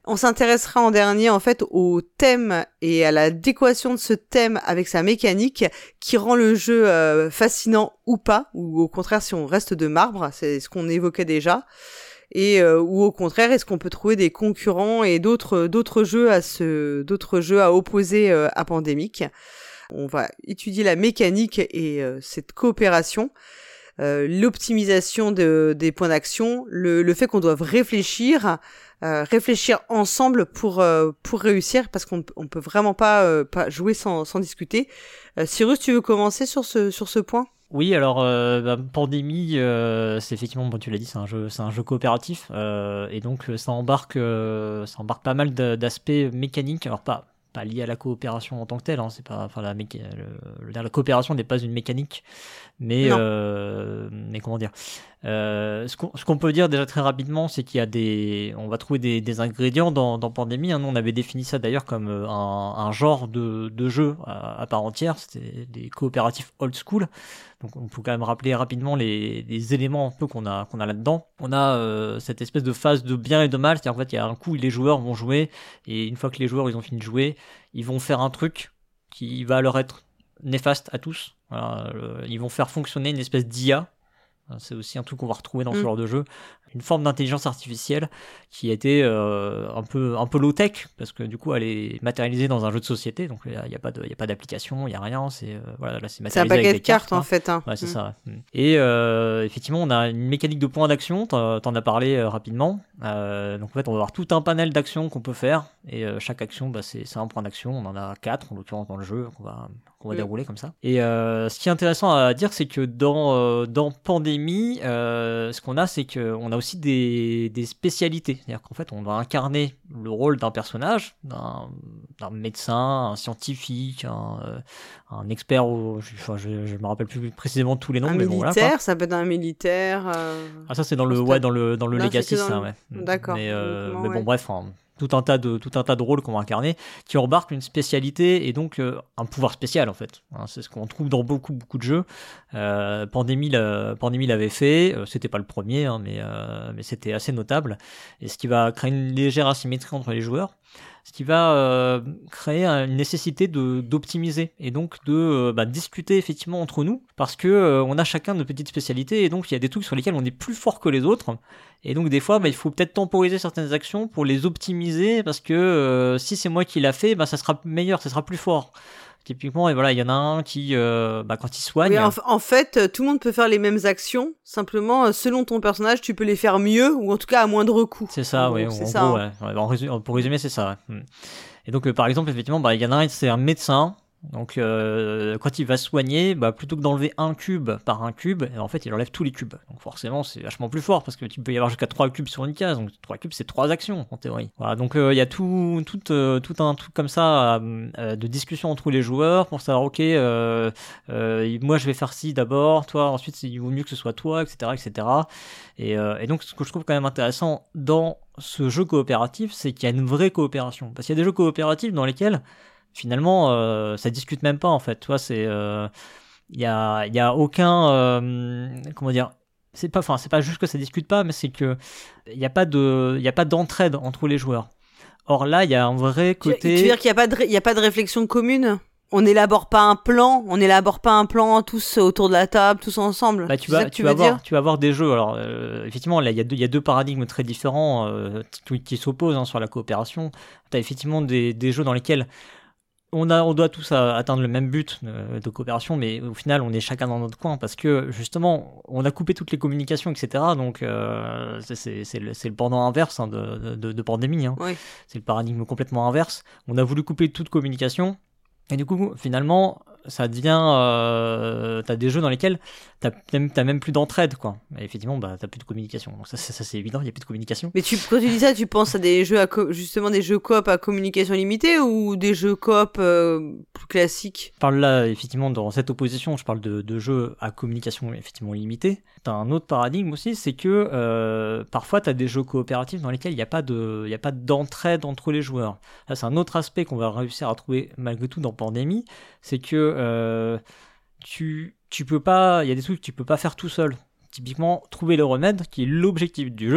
On s'intéressera en dernier en fait au thème et à l'adéquation de ce thème avec sa mécanique qui rend le jeu euh, fascinant ou pas, ou au contraire si on reste de marbre, c'est ce qu'on évoquait déjà, et euh, ou au contraire est-ce qu'on peut trouver des concurrents et d'autres d'autres jeux à ce d'autres jeux à opposer euh, à Pandémique. On va étudier la mécanique et euh, cette coopération. Euh, l'optimisation de, des points d'action, le, le fait qu'on doive réfléchir, euh, réfléchir ensemble pour euh, pour réussir, parce qu'on on peut vraiment pas euh, pas jouer sans sans discuter. Euh, Cyrus, tu veux commencer sur ce sur ce point ? Oui, alors euh, bah, Pandémie, euh, c'est effectivement, bon, tu l'as dit, c'est un jeu, c'est un jeu coopératif, euh, et donc ça embarque, euh, ça embarque pas mal de, d'aspects mécaniques. Alors pas pas lié à la coopération en tant que telle, hein, c'est pas, enfin la, méca... le, la coopération n'est pas une mécanique, mais euh, mais comment dire, euh, ce, qu'on, ce qu'on peut dire déjà très rapidement, c'est qu'il y a des, on va trouver des, des ingrédients dans, dans Pandémie. Hein. Nous on avait défini ça d'ailleurs comme un, un genre de, de jeu à, à part entière, c'était des coopératifs old school. Donc on peut quand même rappeler rapidement les, les éléments un peu qu'on a qu'on a là-dedans. On a euh, cette espèce de phase de bien et de mal, c'est-à-dire en fait il y a un coup où les joueurs vont jouer, et une fois que les joueurs ils ont fini de jouer, ils vont faire un truc qui va leur être néfaste à tous. Voilà, euh, ils vont faire fonctionner une espèce d'I A. C'est aussi un truc qu'on va retrouver dans ce mmh. genre de jeu, une forme d'intelligence artificielle qui a été euh, un peu un peu low tech, parce que du coup elle est matérialisée dans un jeu de société, donc il y a, y a pas de il y a pas d'application, il y a rien, c'est euh, voilà, là c'est matérialisé c'est un paquet avec de cartes, cartes en hein. fait hein. Ouais, c'est mmh. ça. Ouais. Et euh, effectivement on a une mécanique de points d'action, t'en, t'en as parlé euh, rapidement. Euh, donc en fait on va avoir tout un panel d'actions qu'on peut faire, et euh, chaque action bah, c'est c'est un point d'action. On en a quatre en l'occurrence dans le jeu qu'on va qu'on va mmh. dérouler comme ça. Et euh, ce qui est intéressant à dire, c'est que dans euh, dans Pandémie, euh, ce qu'on a, c'est qu'on a aussi des, des spécialités. C'est-à-dire qu'en fait, on va incarner le rôle d'un personnage, d'un, d'un médecin, un scientifique, un, euh, un expert, au, je, enfin, je, je me rappelle plus précisément tous les noms. Un mais militaire, bon, voilà, ça peut être un militaire. Euh... Ah ça c'est dans le ouais dans le dans le non, Legacy dans ça le... ouais. D'accord. Mais, euh, donc, mais ouais. bon bref. Hein. Tout un tas de tout un tas de rôles qu'on va incarner, qui embarquent une spécialité et donc euh, un pouvoir spécial en fait. Hein, c'est ce qu'on trouve dans beaucoup beaucoup de jeux. Euh, Pandémie, la, Pandémie l'avait fait, euh, c'était pas le premier, hein, mais euh, mais c'était assez notable. Et ce qui va créer une légère asymétrie entre les joueurs, ce qui va euh, créer une nécessité de d'optimiser et donc de euh, bah, discuter effectivement entre nous, parce que euh, on a chacun nos petites spécialités et donc il y a des trucs sur lesquels on est plus fort que les autres. Et donc des fois, bah, il faut peut-être temporiser certaines actions pour les optimiser, parce que euh, si c'est moi qui l'a fait, bah, ça sera meilleur, ça sera plus fort. Typiquement, et voilà, il y en a un qui, euh, bah, quand il soigne... Oui, en, en fait, tout le monde peut faire les mêmes actions, simplement, selon ton personnage, tu peux les faire mieux, ou en tout cas à moindre coût. C'est ça, oui, en, en ça, gros, hein. ouais. En résumé, pour résumer, c'est ça, ouais. Et donc, euh, par exemple, effectivement, bah, il y en a un, c'est un médecin. Donc euh, quand il va soigner, bah, plutôt que d'enlever un cube par un cube, en fait il enlève tous les cubes. Donc forcément c'est vachement plus fort, parce que tu peux y avoir jusqu'à trois cubes sur une case, donc trois cubes c'est trois actions en théorie. Voilà, donc il euh, y a tout, tout, euh, tout un truc comme ça euh, de discussion entre les joueurs pour savoir ok, euh, euh, moi je vais faire ci d'abord, toi ensuite il vaut mieux que ce soit toi, et cetera et cetera. Et, euh, et donc ce que je trouve quand même intéressant dans ce jeu coopératif, c'est qu'il y a une vraie coopération. Parce qu'il y a des jeux coopératifs dans lesquels finalement euh, ça discute même pas en fait, tu vois, c'est il euh, y a il y a aucun euh, comment dire, c'est pas enfin c'est pas juste que ça discute pas, mais c'est que il y a pas de il y a pas d'entraide entre les joueurs. Or là il y a un vrai côté, tu, tu veux dire qu'il y a pas de il y a pas de réflexion commune, on n'élabore pas un plan, on n'élabore pas un plan tous autour de la table, tous ensemble. Bah tu vas, tu, tu vas avoir, tu vas avoir des jeux. Alors euh, effectivement, là il y a deux, il y a deux paradigmes très différents euh, qui, qui s'opposent hein, sur la coopération. T'as effectivement des, des jeux dans lesquels on a, on doit tous atteindre le même but de, de coopération, mais au final on est chacun dans notre coin, parce que justement on a coupé toutes les communications, et cetera. Donc euh, c'est, c'est, c'est, le, c'est le pendant inverse hein, de, de, de Pandémie. Hein. Oui. C'est le paradigme complètement inverse. On a voulu couper toute communication. Et du coup, finalement, ça devient... Euh, t'as des jeux dans lesquels t'as même, t'as même plus d'entraide, quoi. Et effectivement, bah, t'as plus de communication. Donc ça, ça, ça c'est évident, il n'y a plus de communication. Mais tu, quand tu dis ça, tu penses à des jeux à co- justement des jeux coop à communication limitée, ou des jeux coop euh, plus classiques? Je parle là, effectivement, dans cette opposition, je parle de, de jeux à communication effectivement limitée. T'as un autre paradigme aussi, c'est que euh, parfois t'as des jeux coopératifs dans lesquels il n'y a pas de, il y a pas d'entraide entre les joueurs. Là, c'est un autre aspect qu'on va réussir à trouver malgré tout dans Pandémie, c'est que euh, tu, tu peux pas, il y a des trucs que tu peux pas faire tout seul. Typiquement, trouver le remède, qui est l'objectif du jeu.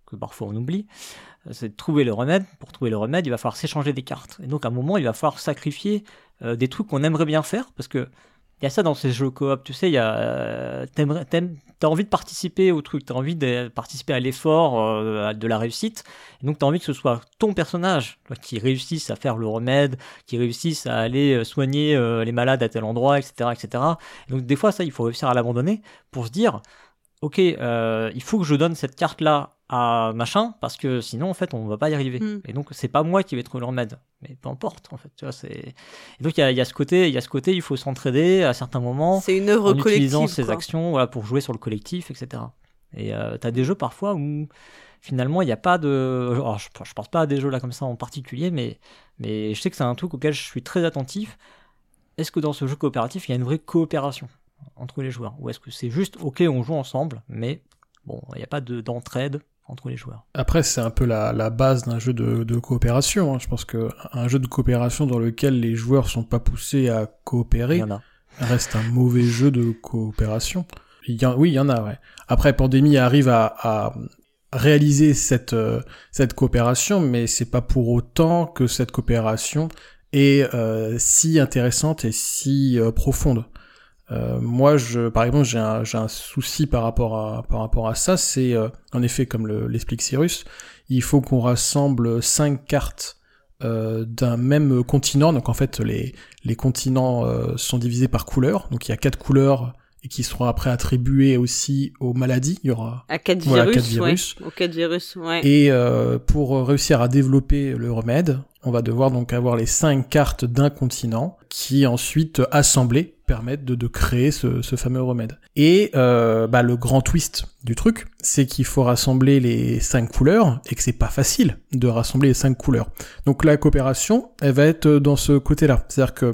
que parfois on oublie, c'est de trouver le remède. Pour trouver le remède, il va falloir s'échanger des cartes. Et donc à un moment, il va falloir sacrifier euh, des trucs qu'on aimerait bien faire, parce que il y a ça dans ces jeux coop, tu sais, il y a euh, t'aimerais, t'aimes, t'as envie de participer au truc, t'as envie de participer à l'effort euh, de la réussite, et donc t'as envie que ce soit ton personnage toi, qui réussisse à faire le remède, qui réussisse à aller soigner euh, les malades à tel endroit, et cetera, et cetera. Et donc des fois ça, il faut réussir à l'abandonner pour se dire, ok, euh, il faut que je donne cette carte-là à machin, parce que sinon en fait on va pas y arriver. Mm. Et donc c'est pas moi qui vais trouver le remède, mais peu importe en fait. Tu vois, c'est... Et donc il y a, y a ce côté, il y a ce côté, il faut s'entraider à certains moments. C'est une œuvre en utilisant collective, ses quoi. actions, voilà, pour jouer sur le collectif, et cetera. Et euh, t'as des jeux parfois où finalement il n'y a pas de, alors, je, je pense pas à des jeux là comme ça en particulier, mais mais je sais que c'est un truc auquel je suis très attentif. Est-ce que dans ce jeu coopératif il y a une vraie coopération entre les joueurs, ou est-ce que c'est juste ok on joue ensemble, mais bon il n'y a pas de, d'entraide entre les joueurs. Après, c'est un peu la, la base d'un jeu de, de coopération. Hein. Je pense que un jeu de coopération dans lequel les joueurs sont pas poussés à coopérer il y en a. reste un mauvais jeu de coopération. Il y en, oui, il y en a, ouais. Après, Pandémie arrive à, à réaliser cette, euh, cette coopération, mais c'est pas pour autant que cette coopération est euh, si intéressante et si euh, profonde. Euh, moi, je, par exemple, j'ai un, j'ai un souci par rapport à, par rapport à ça, c'est, euh, en effet, comme le, l'explique Cyrus, il faut qu'on rassemble cinq cartes, euh, d'un même continent, donc en fait, les, les continents, euh, sont divisés par couleurs, donc il y a quatre couleurs, et qui seront après attribuées aussi aux maladies, il y aura, à quatre voilà, virus, quatre virus. Ouais, aux quatre virus, ouais. Et, euh, pour réussir à développer le remède, on va devoir donc avoir les cinq cartes d'un continent, qui ensuite, assemblées, permettent de, de créer ce, ce fameux remède. Et euh, bah, le grand twist du truc, c'est qu'il faut rassembler les cinq couleurs, et que c'est pas facile de rassembler les cinq couleurs. Donc la coopération, elle va être dans ce côté-là. C'est-à-dire que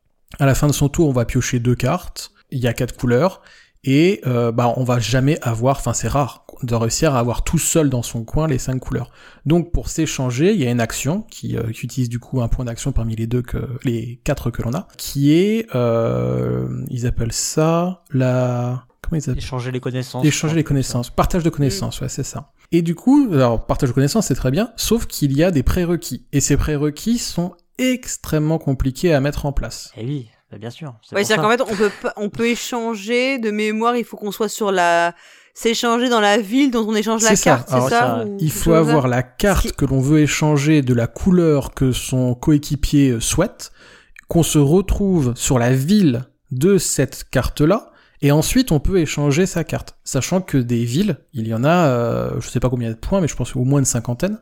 à la fin de son tour, on va piocher deux cartes, il y a quatre couleurs, et euh, bah on va jamais avoir, enfin c'est rare, de réussir à avoir tout seul dans son coin les cinq couleurs. Donc pour s'échanger, il y a une action qui, euh, qui utilise du coup un point d'action parmi les deux que les quatre que l'on a, qui est, euh, ils appellent ça la, comment ils appellent ? Échanger les connaissances. Échanger les connaissances, partage de connaissances, mmh. ouais c'est ça. Et du coup, alors partage de connaissances c'est très bien, sauf qu'il y a des prérequis, et ces prérequis sont extrêmement compliqués à mettre en place. Eh oui. Bien sûr. C'est ouais, c'est-à-dire ça. qu'en fait, on peut pas, on peut échanger de mémoire. Il faut qu'on soit sur la, s'échanger dans la ville dont on échange c'est la ça. carte, Alors, c'est ça, ça ou il faut avoir la carte qui... que l'on veut échanger de la couleur que son coéquipier souhaite, qu'on se retrouve sur la ville de cette carte-là, et ensuite on peut échanger sa carte. Sachant que des villes, il y en a, euh, je sais pas combien de points, mais je pense au moins une cinquantaine.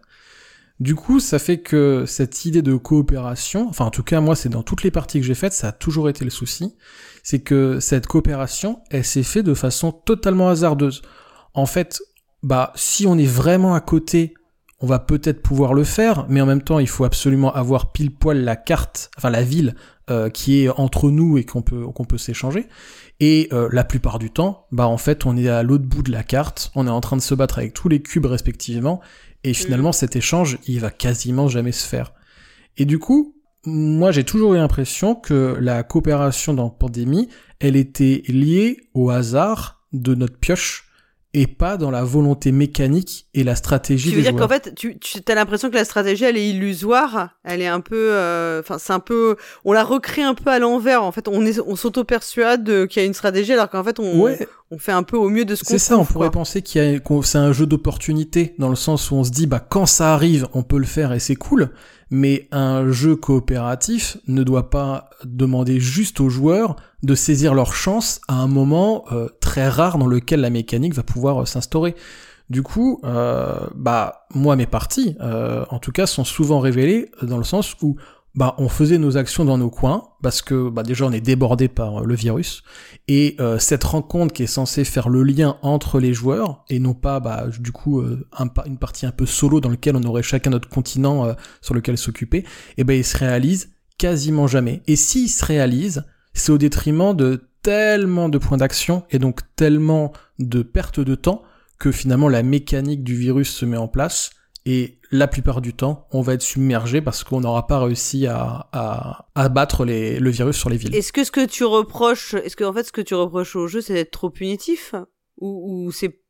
Du coup, ça fait que cette idée de coopération, enfin en tout cas moi c'est dans toutes les parties que j'ai faites, ça a toujours été le souci, c'est que cette coopération, elle s'est faite de façon totalement hasardeuse. En fait, bah si on est vraiment à côté, on va peut-être pouvoir le faire, mais en même temps il faut absolument avoir pile poil la carte, enfin la ville euh, qui est entre nous et qu'on peut qu'on peut s'échanger. Et euh, la plupart du temps, bah en fait on est à l'autre bout de la carte, on est en train de se battre avec tous les cubes respectivement. Et finalement, mmh. cet échange, il va quasiment jamais se faire. Et du coup, moi, j'ai toujours eu l'impression que la coopération dans Pandémie, elle était liée au hasard de notre pioche et pas dans la volonté mécanique et la stratégie des joueurs. Tu veux dire qu'en fait, tu, tu as l'impression que la stratégie, elle est illusoire, elle est un peu, enfin, euh, c'est un peu, on la recrée un peu à l'envers. En fait, on est, on s'auto-persuade qu'il y a une stratégie, alors qu'en fait, on, ouais. on fait un peu au mieux de ce qu'on peut. C'est ça, on quoi. pourrait penser qu'il y a, qu'on, c'est un jeu d'opportunité, dans le sens où on se dit, bah, quand ça arrive, on peut le faire et c'est cool. Mais un jeu coopératif ne doit pas demander juste aux joueurs de saisir leur chance à un moment euh, très rare dans lequel la mécanique va pouvoir euh, s'instaurer. Du coup, euh, bah moi mes parties, euh, en tout cas, sont souvent révélées dans le sens où bah on faisait nos actions dans nos coins parce que bah déjà on est débordé par le virus et euh, cette rencontre qui est censée faire le lien entre les joueurs et non pas bah du coup euh, un, une partie un peu solo dans lequel on aurait chacun notre continent euh, sur lequel s'occuper, et ben il se réalise quasiment jamais. Et s'il se réalise, c'est au détriment de tellement de points d'action et donc tellement de perte de temps que finalement la mécanique du virus se met en place. Et la plupart du temps, on va être submergé parce qu'on n'aura pas réussi à, à, à battre les, le virus sur les villes. Est-ce que ce que tu reproches, est-ce que en fait ce que tu reproches au jeu, c'est d'être trop punitif, ou, ou c'est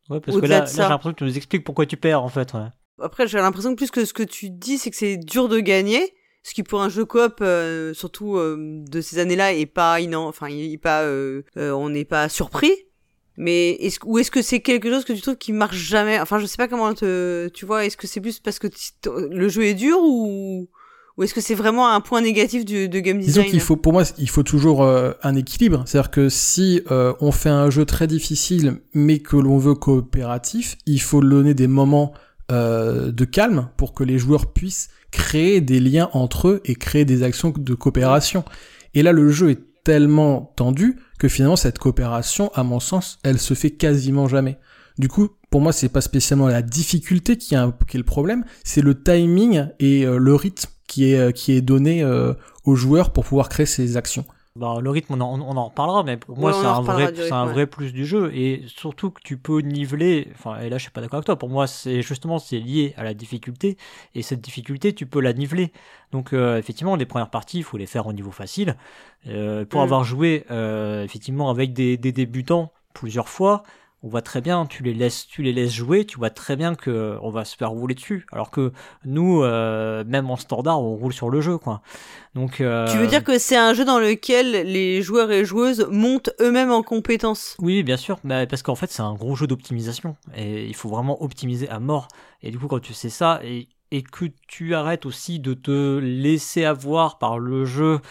Ouais, parce Au-delà que là, de là ça. j'ai l'impression que tu nous expliques pourquoi tu perds, en fait. Ouais. Après, j'ai l'impression que plus que ce que tu dis, c'est que c'est dur de gagner. Ce qui pour un jeu coop, euh, surtout euh, de ces années-là, est pas inan... enfin, il est pas, euh, euh, on n'est pas surpris. Mais est-ce ou est-ce que c'est quelque chose que tu trouves qui marche jamais? Enfin, je sais pas comment te, tu vois. Est-ce que c'est plus parce que t- le jeu est dur ou ou est-ce que c'est vraiment un point négatif du de game design? Disons qu'il faut, pour moi, il faut toujours euh, un équilibre. C'est-à-dire que si euh, on fait un jeu très difficile, mais que l'on veut coopératif, il faut donner des moments euh, de calme pour que les joueurs puissent créer des liens entre eux et créer des actions de coopération. Et là, le jeu est tellement tendu que finalement, cette coopération, à mon sens, elle se fait quasiment jamais. Du coup, pour moi, c'est pas spécialement la difficulté qui est, un, qui est le problème, c'est le timing et euh, le rythme qui est, qui est donné euh, aux joueurs pour pouvoir créer ces actions. Bah, le rythme, on en, on en reparlera, mais pour moi, Ouais, on c'est en un reparlera vrai, du c'est rythme, un ouais. vrai plus du jeu, et surtout que tu peux niveler. Enfin, et là, je suis pas d'accord avec toi. Pour moi, c'est justement, c'est lié à la difficulté, et cette difficulté, tu peux la niveler. Donc, euh, effectivement, les premières parties, il faut les faire au niveau facile. Euh, pour Mm. avoir joué, euh, effectivement, avec des, des débutants plusieurs fois, on voit très bien, tu les laisses, tu les laisses jouer, tu vois très bien que euh, on va se faire rouler dessus. Alors que nous, euh, même en standard, on roule sur le jeu, quoi. Donc, euh, Tu veux dire que c'est un jeu dans lequel les joueurs et joueuses montent eux-mêmes en compétences? oui, bien sûr, mais parce qu'en fait, c'est un gros jeu d'optimisation et il faut vraiment optimiser à mort. Et du coup, quand tu sais ça et, et que tu arrêtes aussi de te laisser avoir par le jeu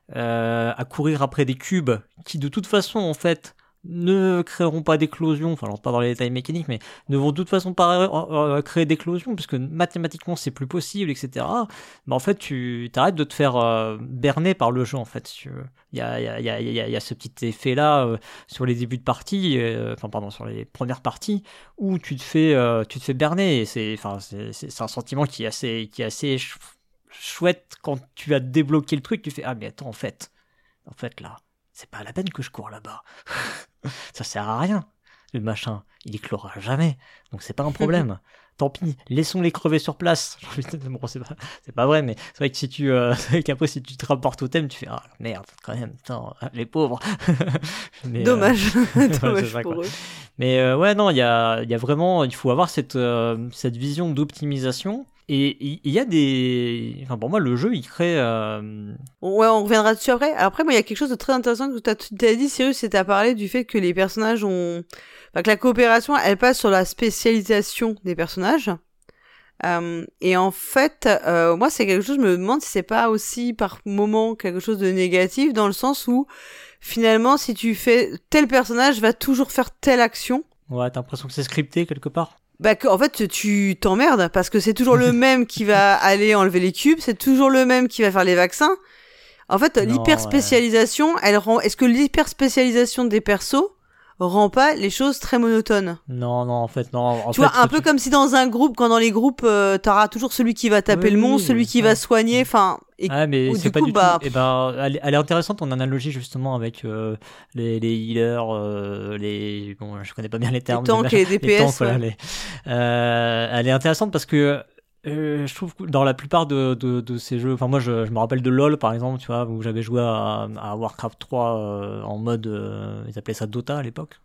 euh, à courir après des cubes qui, de toute façon, en fait, ne créeront pas d'éclosion, enfin, alors pas dans les détails mécaniques, mais ne vont de toute façon pas euh, créer d'éclosion, parce que mathématiquement c'est plus possible, et cetera. Mais en fait, tu t'arrêtes de te faire euh, berner par le jeu, en fait. Il y a, y, a, y, a, y, a, y a ce petit effet-là euh, sur les débuts de partie, euh, enfin, pardon, sur les premières parties, où tu te fais, euh, tu te fais berner, et c'est, enfin, c'est, c'est, c'est un sentiment qui est assez, qui est assez ch- chouette quand tu as débloqué le truc, tu fais, ah, mais attends, en fait, en fait, là, c'est pas la peine que je cours là-bas. Ça sert à rien. Le machin, il éclora jamais. Donc c'est pas un problème. Tant pis, laissons-les crever sur place. Bon, c'est pas, c'est pas vrai, mais c'est vrai que si tu, euh, c'est vrai qu'après, si tu te rapportes au thème, tu fais, ah, merde, quand même, putain, les pauvres. mais, Dommage. euh... Dommage ouais, ça, pour quoi. eux. Mais euh, ouais, non, il y a, il y a vraiment, il faut avoir cette, euh, cette vision d'optimisation. Et il y a des... Enfin, pour moi, le jeu, il crée... Euh... Ouais, on reviendra dessus après. Après, moi, il y a quelque chose de très intéressant que tu as dit, Cyrus, c'est à parler du fait que les personnages ont... Enfin, que la coopération, elle passe sur la spécialisation des personnages. Euh, et en fait, euh, moi, c'est quelque chose, je me demande si c'est pas aussi, par moment, quelque chose de négatif, dans le sens où, finalement, si tu fais... Tel personnage va toujours faire telle action. Ouais, t'as l'impression que c'est scripté, quelque part. Bah que, en fait, tu t'emmerdes parce que c'est toujours le même qui va aller enlever les cubes, c'est toujours le même qui va faire les vaccins. En fait, non, l'hyper spécialisation, ouais. Elle rend. Est-ce que l'hyper spécialisation des persos rend pas les choses très monotones? Non, non, en fait, non. En tu fait, vois, un peu tu... comme si dans un groupe, quand dans les groupes, euh, t'auras toujours celui qui va taper oui, le monstre, oui, celui oui, qui ouais. va soigner, enfin. Et ah, mais c'est du pas coup, du bah... tout. Et ben, elle, elle est intéressante ton analogie justement avec euh, les, les healers, euh, les. Bon, je connais pas bien les termes. Les tanks et les D P S. Les tanks, ouais. voilà, les... Euh, elle est intéressante parce que. Euh, je trouve que dans la plupart de, de, de ces jeux, enfin moi je, je me rappelle de LoL par exemple, tu vois, où j'avais joué à, à Warcraft trois euh, en mode, euh, ils appelaient ça Dota à l'époque.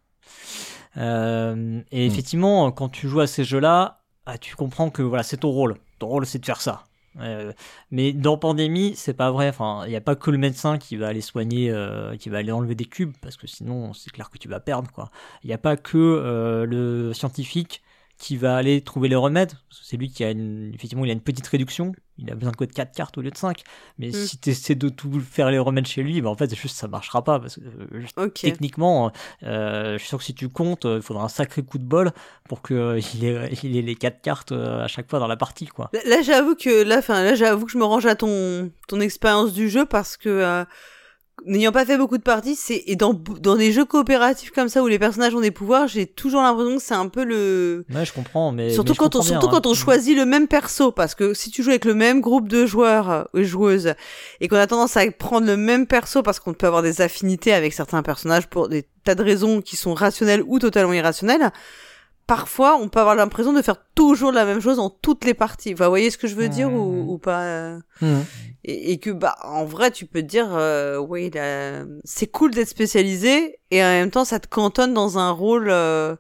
Euh, et mmh. effectivement, quand tu joues à ces jeux-là, ah, tu comprends que voilà, c'est ton rôle. Ton rôle, c'est de faire ça. Euh, mais dans Pandémie, c'est pas vrai. Enfin, il n'y a pas que le médecin qui va aller soigner, euh, qui va aller enlever des cubes, parce que sinon, c'est clair que tu vas perdre, quoi. Il n'y a pas que euh, le scientifique qui va aller trouver les remèdes. C'est lui qui a une, effectivement, il a une petite réduction. Il a besoin de quoi de quatre cartes au lieu de cinq. Mais mm. si tu essaies de tout faire les remèdes chez lui, ben en fait, c'est juste ça marchera pas. Parce que euh, okay. techniquement, euh, je suis sûr que si tu comptes, il euh, faudra un sacré coup de bol pour qu'il euh, ait, il ait les quatre cartes euh, à chaque fois dans la partie, quoi. Là, là j'avoue que là, enfin, là, j'avoue que je me range à ton, ton expérience du jeu parce que euh, n'ayant pas fait beaucoup de parties, c'est et dans dans des jeux coopératifs comme ça où les personnages ont des pouvoirs, j'ai toujours l'impression que c'est un peu le. Ouais, je comprends, mais surtout mais je quand on bien, surtout hein. quand on choisit le même perso, parce que si tu joues avec le même groupe de joueurs ou joueuses et qu'on a tendance à prendre le même perso parce qu'on peut avoir des affinités avec certains personnages pour des tas de raisons qui sont rationnelles ou totalement irrationnelles. Parfois, on peut avoir l'impression de faire toujours la même chose en toutes les parties. Vous voyez ce que je veux mmh. dire ou, ou pas mmh. et, et que, bah, en vrai, tu peux te dire, euh, oui, là, c'est cool d'être spécialisé et en même temps, ça te cantonne dans un rôle euh,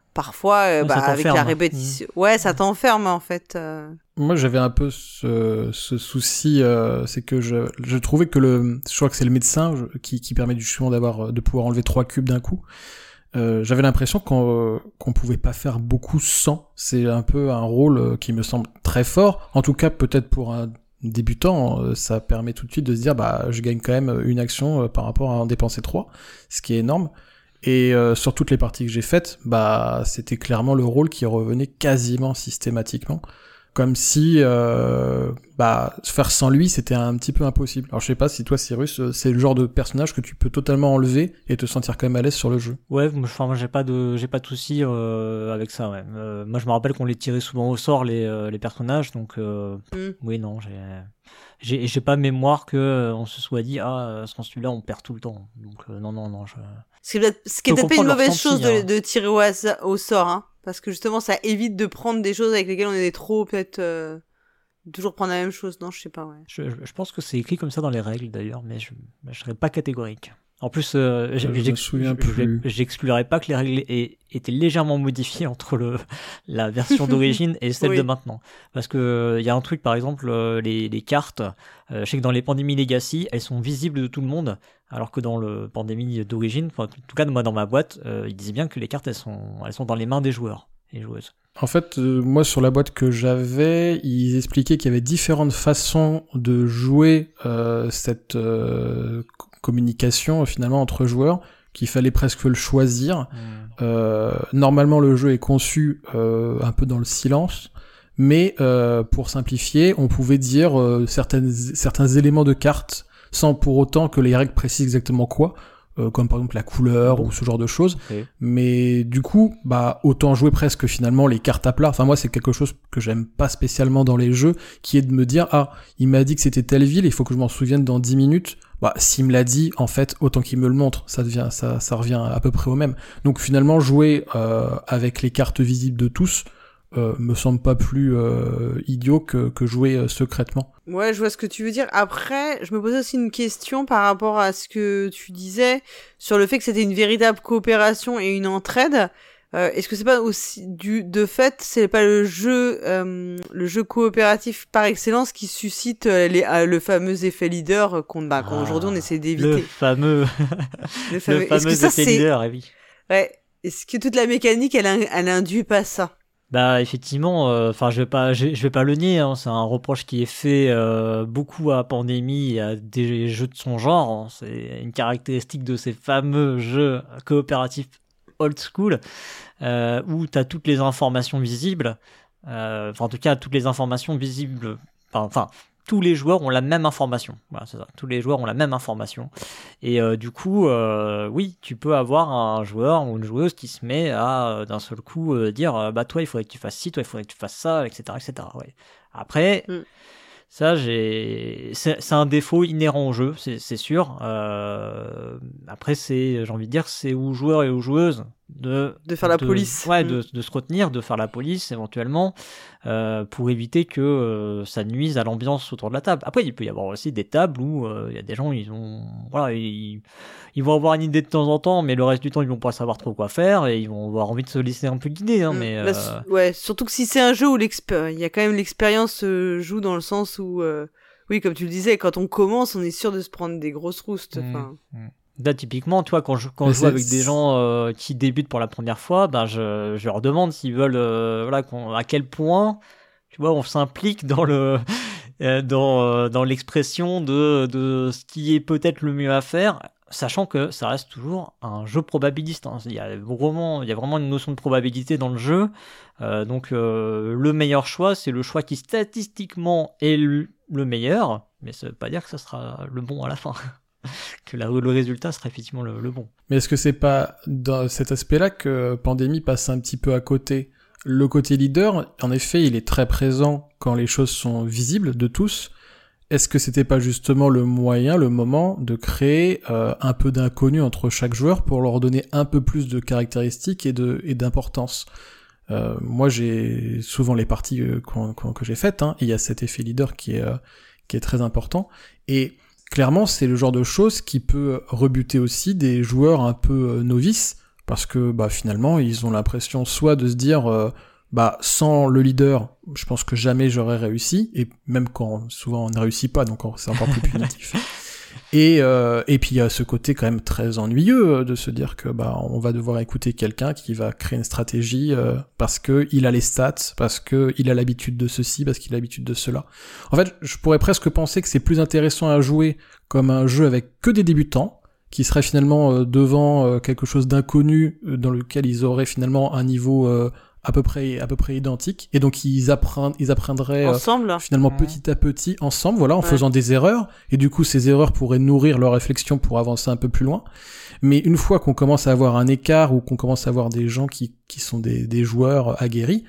parfois, euh, Ouais, bah, ça avec t'enferme. la répétition, ouais, ça t'enferme en fait. Euh... Moi, j'avais un peu ce, ce souci, euh, c'est que je, je trouvais que le, je crois que c'est le médecin je- qui, qui permet justement d'avoir, de pouvoir enlever trois cubes d'un coup. Euh, j'avais l'impression qu'on, euh, qu'on pouvait pas faire beaucoup sans. C'est un peu un rôle euh, qui me semble très fort. En tout cas, peut-être pour un débutant, euh, ça permet tout de suite de se dire, bah, je gagne quand même une action euh, par rapport à en dépenser trois, ce qui est énorme. Et euh, sur toutes les parties que j'ai faites, bah, c'était clairement le rôle qui revenait quasiment systématiquement. Comme si euh, bah faire sans lui c'était un petit peu impossible. Alors je sais pas si toi Cyrus c'est le genre de personnage que tu peux totalement enlever et te sentir quand même à l'aise sur le jeu. Ouais, moi, enfin, moi j'ai pas de j'ai pas de souci euh, avec ça. Ouais. Euh, moi je me rappelle qu'on les tirait souvent au sort les euh, les personnages, donc euh, Mm. oui non j'ai j'ai j'ai pas mémoire que euh, on se soit dit ah sans celui-là on perd tout le temps. Donc euh, non non non je. Ce qui est peut-être, ce qui est Faut peut-être pas une comprendre leur mauvaise chose ressenti, de, hein. de tirer au, hasa- au sort, hein, parce que justement ça évite de prendre des choses avec lesquelles on est trop peut-être euh, toujours prendre la même chose. Non, je sais pas. Ouais. Je, je- je pense que c'est écrit comme ça dans les règles d'ailleurs, mais je ne serais pas catégorique. En plus, euh, Je me j'ex- souviens je- je- plus. j'exclurais pas que les règles aient été légèrement modifiées entre le, la version d'origine et celle Oui. de maintenant. Parce que il y a un truc, par exemple, euh, les, les cartes, euh, je sais que dans les Pandémies Legacy, elles sont visibles de tout le monde, alors que dans le Pandémie d'origine, enfin, en tout cas moi dans ma boîte, euh, ils disaient bien que les cartes elles sont, elles sont dans les mains des joueurs et joueuses. En fait, euh, moi sur la boîte que j'avais, ils expliquaient qu'il y avait différentes façons de jouer euh, cette euh, co- communication euh, finalement entre joueurs, qu'il fallait presque le choisir. Euh, normalement, le jeu est conçu euh, un peu dans le silence, mais euh, pour simplifier, on pouvait dire euh, certaines, certains éléments de cartes sans pour autant que les règles précisent exactement quoi, euh, comme par exemple la couleur Bon. ou ce genre de choses. Ok. Mais du coup, bah autant jouer presque finalement les cartes à plat. Enfin moi, c'est quelque chose que j'aime pas spécialement dans les jeux, qui est de me dire ah, il m'a dit que c'était telle ville, il faut que je m'en souvienne dans dix minutes. Bah s'il me l'a dit, en fait, autant qu'il me le montre, ça devient ça ça revient à peu près au même. Donc finalement jouer euh, avec les cartes visibles de tous euh, me semble pas plus euh, idiot que que jouer euh, secrètement. Ouais, je vois ce que tu veux dire. Après, je me posais aussi une question par rapport à ce que tu disais sur le fait que c'était une véritable coopération et une entraide. Euh, est-ce que c'est pas aussi du de fait, c'est pas le jeu euh, le jeu coopératif par excellence qui suscite euh, les euh, le fameux effet leader euh, qu'on bah, qu'on- aujourd'hui on essaie Le d'éviter. fameux, Le le fameux. Est-ce fameux que ça effet c'est leader, eh oui. ouais, est-ce que toute la mécanique elle in- elle induit pas ça? Bah effectivement, enfin je vais pas, je, je vais pas le nier, hein, c'est un reproche qui est fait euh, beaucoup à Pandémie et à des jeux de son genre. Hein, c'est une caractéristique de ces fameux jeux coopératifs old school euh, où t'as toutes les informations visibles. euh, Enfin en tout cas toutes les informations visibles. Enfin, enfin tous les joueurs ont la même information. Voilà, c'est ça. Tous les joueurs ont la même information. Et euh, du coup, euh, oui, tu peux avoir un joueur ou une joueuse qui se met à euh, d'un seul coup euh, dire euh, bah toi il faudrait que tu fasses ci, toi il faudrait que tu fasses ça, et cetera, et cetera. Ouais. Après, Mm. ça j'ai, c'est, c'est un défaut inhérent au jeu, c'est, c'est sûr. Euh... Après, c'est, j'ai envie de dire, c'est aux joueurs et aux joueuses de De faire la police. ouais, Mm. de, de se retenir, de faire la police éventuellement, euh, pour éviter que euh, ça nuise à l'ambiance autour de la table. Après, il peut y avoir aussi des tables où euh, il y a des gens, ils ont, voilà, ils, ils vont avoir une idée de temps en temps, mais le reste du temps, ils vont pas savoir trop quoi faire et ils vont avoir envie de se laisser un peu guider. Hein, Mm. mais Bah, euh, su- ouais, surtout que si c'est un jeu où l'expé- il y a quand même l'expérience se joue dans le sens où euh, oui, comme tu le disais, quand on commence, on est sûr de se prendre des grosses roustes. Mm. Enfin, Là, typiquement, tu vois, quand je, quand Mais je joue c'est- avec des gens euh, qui débutent pour la première fois, ben je, je leur demande s'ils veulent, euh, voilà, qu'on- à quel point, tu vois, on s'implique dans le, euh, dans, euh, dans l'expression de, de ce qui est peut-être le mieux à faire, sachant que ça reste toujours un jeu probabiliste. Hein. Il y a vraiment, il y a vraiment une notion de probabilité dans le jeu. Euh, donc, euh, le meilleur choix, c'est le choix qui statistiquement est le, le meilleur, mais ça veut pas dire que ça sera le bon à la fin. Que la, le résultat sera effectivement le, le bon. Mais est-ce que c'est pas dans cet aspect-là que Pandémie passe un petit peu à côté? Le côté leader, en effet, il est très présent quand les choses sont visibles de tous. Est-ce que c'était pas justement le moyen, le moment de créer euh, un peu d'inconnu entre chaque joueur pour leur donner un peu plus de caractéristiques et de et d'importance? Euh, moi, j'ai souvent les parties euh, qu'on, qu'on, que j'ai faites, hein, il y a cet effet leader qui est euh, qui est très important et clairement, c'est le genre de choses qui peut rebuter aussi des joueurs un peu euh, novices, parce que bah finalement ils ont l'impression soit de se dire euh, bah sans le leader, je pense que jamais j'aurais réussi, et même quand souvent on ne réussit pas, donc c'est encore plus punitif. Et euh, et puis il y a ce côté quand même très ennuyeux de se dire que bah on va devoir écouter quelqu'un qui va créer une stratégie euh, parce que il a les stats, parce que il a l'habitude de ceci, parce qu'il a l'habitude de cela. En fait, je pourrais presque penser que c'est plus intéressant à jouer comme un jeu avec que des débutants, qui seraient finalement euh, devant euh, quelque chose d'inconnu euh, dans lequel ils auraient finalement un niveau euh, à peu près à peu près identique, et donc ils apprennent ils apprendraient ensemble euh, finalement mmh. petit à petit ensemble, voilà, en ouais. faisant des erreurs, et du coup ces erreurs pourraient nourrir leur réflexion pour avancer un peu plus loin. Mais une fois qu'on commence à avoir un écart, ou qu'on commence à avoir des gens qui qui sont des des joueurs aguerris,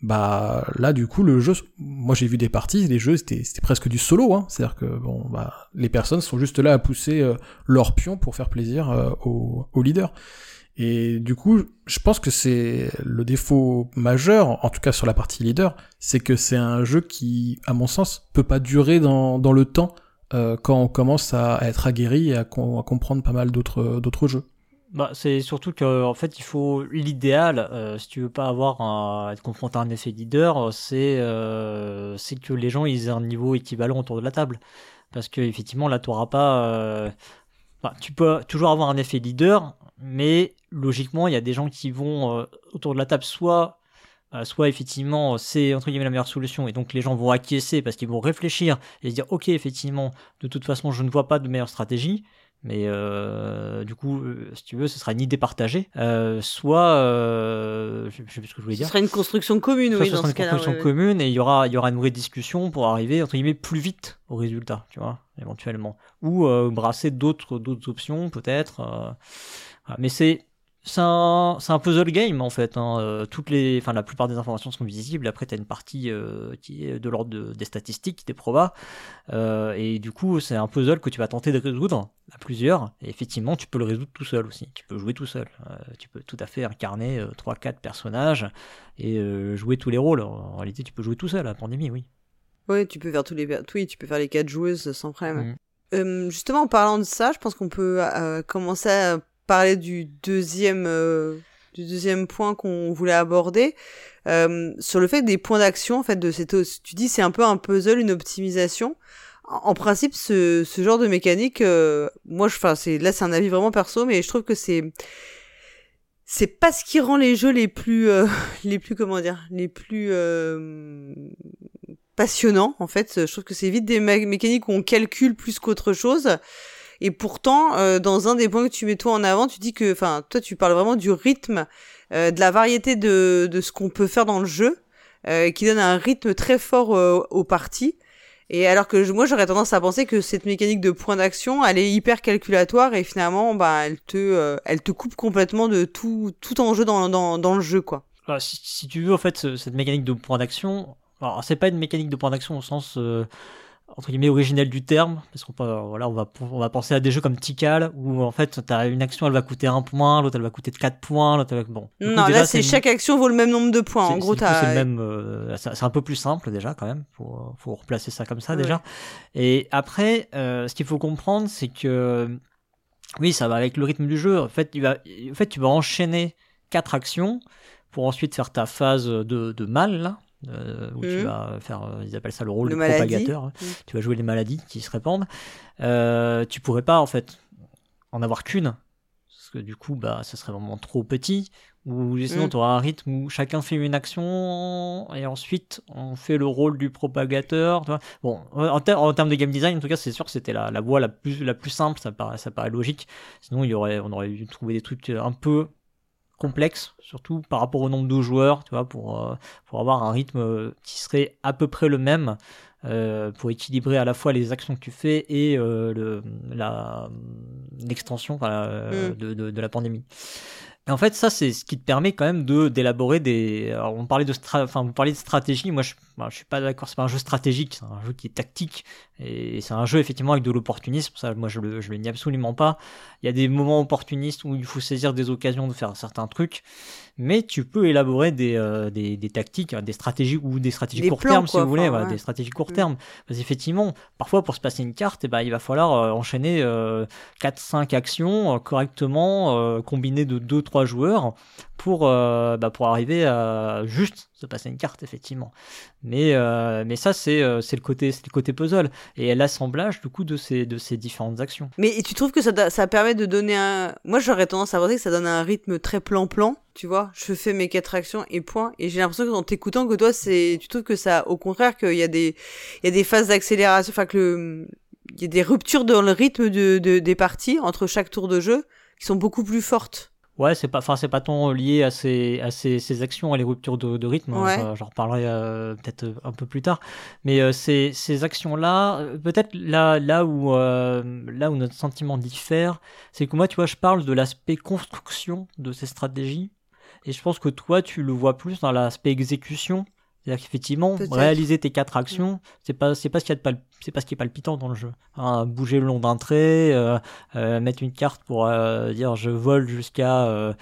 bah là du coup le jeu, moi j'ai vu des parties, les jeux c'était c'était presque du solo, hein, c'est-à-dire que bon bah les personnes sont juste là à pousser euh, leur pion pour faire plaisir euh, au au leader. Et du coup, je pense que c'est le défaut majeur, en tout cas sur la partie leader, c'est que c'est un jeu qui, à mon sens, peut pas durer dans, dans le temps euh, quand on commence à, à être aguerri et à, com- à comprendre pas mal d'autres, d'autres jeux. Bah, c'est surtout que en fait, il faut l'idéal, euh, si tu veux pas avoir un, être confronté à un effet leader, c'est euh, c'est que les gens ils aient un niveau équivalent autour de la table, parce que effectivement là, tu auras pas, euh, bah, tu peux toujours avoir un effet leader. Mais logiquement, il y a des gens qui vont euh, autour de la table, soit, euh, soit effectivement, c'est entre guillemets la meilleure solution, et donc les gens vont acquiescer parce qu'ils vont réfléchir et se dire, ok, effectivement, de toute façon, je ne vois pas de meilleure stratégie, mais euh, du coup, euh, si tu veux, ce sera une idée partagée, euh, soit, euh, je, je sais plus ce que je voulais dire. Ce sera une construction commune, soit oui, ce dans sera ce une cas-là. construction ouais, commune, et il y aura, il y aura une vraie discussion pour arriver entre guillemets plus vite au résultat, tu vois, éventuellement, ou euh, brasser d'autres, d'autres options peut-être. Euh, Mais c'est c'est un c'est un puzzle game en fait. Hein. Euh, toutes les, enfin la plupart des informations sont visibles. Après t'as une partie euh, qui est de l'ordre de, des statistiques, des probas, euh, et du coup c'est un puzzle que tu vas tenter de résoudre à plusieurs. Et effectivement tu peux le résoudre tout seul aussi. Tu peux jouer tout seul. Euh, tu peux tout à fait incarner euh, trois quatre personnages et euh, jouer tous les rôles. En réalité tu peux jouer tout seul à la pandémie, oui. Ouais, tu peux faire tous les, oui, tu peux faire les quatre joueuses sans problème. Mmh. Euh, justement en parlant de ça, je pense qu'on peut euh, commencer à parler du deuxième euh, du deuxième point qu'on voulait aborder euh, sur le fait que des points d'action en fait de cette, tu dis c'est un peu un puzzle, une optimisation. En, en principe ce ce genre de mécanique euh, moi je enfin c'est là c'est un avis vraiment perso, mais je trouve que c'est c'est pas ce qui rend les jeux les plus euh, les plus comment dire les plus euh, passionnants en fait. Je trouve que c'est vite des mé- mécaniques où on calcule plus qu'autre chose. Et pourtant, euh, dans un des points que tu mets toi en avant, tu dis que, enfin, toi, tu parles vraiment du rythme, euh, de la variété de, de ce qu'on peut faire dans le jeu, euh, qui donne un rythme très fort euh, aux parties. Et alors que je, moi, j'aurais tendance à penser que cette mécanique de point d'action, elle est hyper calculatoire et finalement, bah, elle te, euh, elle te coupe complètement de tout, tout enjeu dans, dans, dans le jeu, quoi. Alors, si, si tu veux, en fait, ce- cette mécanique de point d'action, alors c'est pas une mécanique de point d'action au sens euh, entre guillemets originel du terme, parce qu'on peut, voilà, on va on va penser à des jeux comme Tikal où en fait t'as une action, elle va coûter un point, l'autre elle va coûter quatre points, l'autre elle va, bon. Du coup, Non, déjà, là, c'est une- chaque action vaut le même nombre de points. c'est- En gros, c'est- du coup, t'as. c'est le même, euh, c'est c'est un peu plus simple déjà quand même. Faut faut replacer ça comme ça Ouais. déjà. Et après, euh, ce qu'il faut comprendre, c'est que oui, ça va avec le rythme du jeu. En fait, il va, en fait, tu vas enchaîner quatre actions pour ensuite faire ta phase de, de mal, là, euh, où tu Mhm. vas faire, euh, ils appellent ça le rôle Le de maladie. propagateur. hein. Mhm. Tu vas jouer les maladies qui se répandent. Euh, tu pourrais pas, en fait, en avoir qu'une, parce que du coup, bah, ça serait vraiment trop petit. Ou sinon, Mhm. tu auras un rythme où chacun fait une action et ensuite on fait le rôle du propagateur. Tu vois. Bon, en, ter- en termes de game design, en tout cas, c'est sûr que c'était la, la voie la plus, la plus simple, ça paraît, ça paraît logique. Sinon, il y aurait, on aurait dû trouver des trucs un peu complexes, surtout par rapport au nombre de joueurs, tu vois, pour, euh, pour avoir un rythme qui serait à peu près le même. Euh, pour équilibrer à la fois les actions que tu fais et euh, le, la, l'extension enfin, euh, Mm. de, de, de la pandémie. Et en fait, ça, c'est ce qui te permet quand même de d'élaborer des. Alors, on parlait de stra... enfin, vous parlez de stratégie. Moi, je, bah, je suis pas d'accord. C'est pas un jeu stratégique. C'est un jeu qui est tactique. Et c'est un jeu effectivement avec de l'opportunisme. Ça, moi, je le, je le nie absolument pas. Il y a des moments opportunistes où il faut saisir des occasions de faire certains trucs. Mais tu peux élaborer des, euh, des, des tactiques, des stratégies ou des stratégies Des court plans, terme, si quoi, vous voulez, enfin, voilà, ouais. des stratégies court Mm. terme. Parce qu'effectivement, parfois pour se passer une carte, eh ben, il va falloir euh, enchaîner euh, quatre cinq actions euh, correctement, euh, combinées de deux trois trois joueurs pour euh, bah, pour arriver à juste se passer une carte effectivement. Mais euh, mais ça c'est euh, c'est le côté c'est le côté puzzle et l'assemblage du coup de ces de ces différentes actions. Mais tu trouves que ça ça permet de donner un moi j'aurais tendance à penser que ça donne un rythme très plan-plan, tu vois, je fais mes quatre actions et point, et j'ai l'impression que en t'écoutant que toi c'est tu trouves que ça au contraire qu'il y a des il y a des phases d'accélération, enfin que le il y a des ruptures dans le rythme de, de des parties entre chaque tour de jeu qui sont beaucoup plus fortes. Ouais, c'est pas, enfin c'est pas tant lié à ces, à ces, ces actions, à les ruptures de, de rythme. Ouais. Hein, j'en reparlerai euh, peut-être un peu plus tard. Mais euh, ces, ces actions-là, euh, peut-être là, là où, euh, là où notre sentiment diffère, c'est que moi, tu vois, je parle de l'aspect construction de ces stratégies, et je pense que toi, tu le vois plus dans l'aspect exécution. C'est-à-dire qu'effectivement, Peut-être. réaliser tes quatre actions, c'est pas, c'est pas ce qu'il y a de pal- c'est pas ce qui est palpitant dans le jeu. Hein, bouger le long d'un trait, euh, euh, mettre une carte pour euh, dire je vole jusqu'à, euh,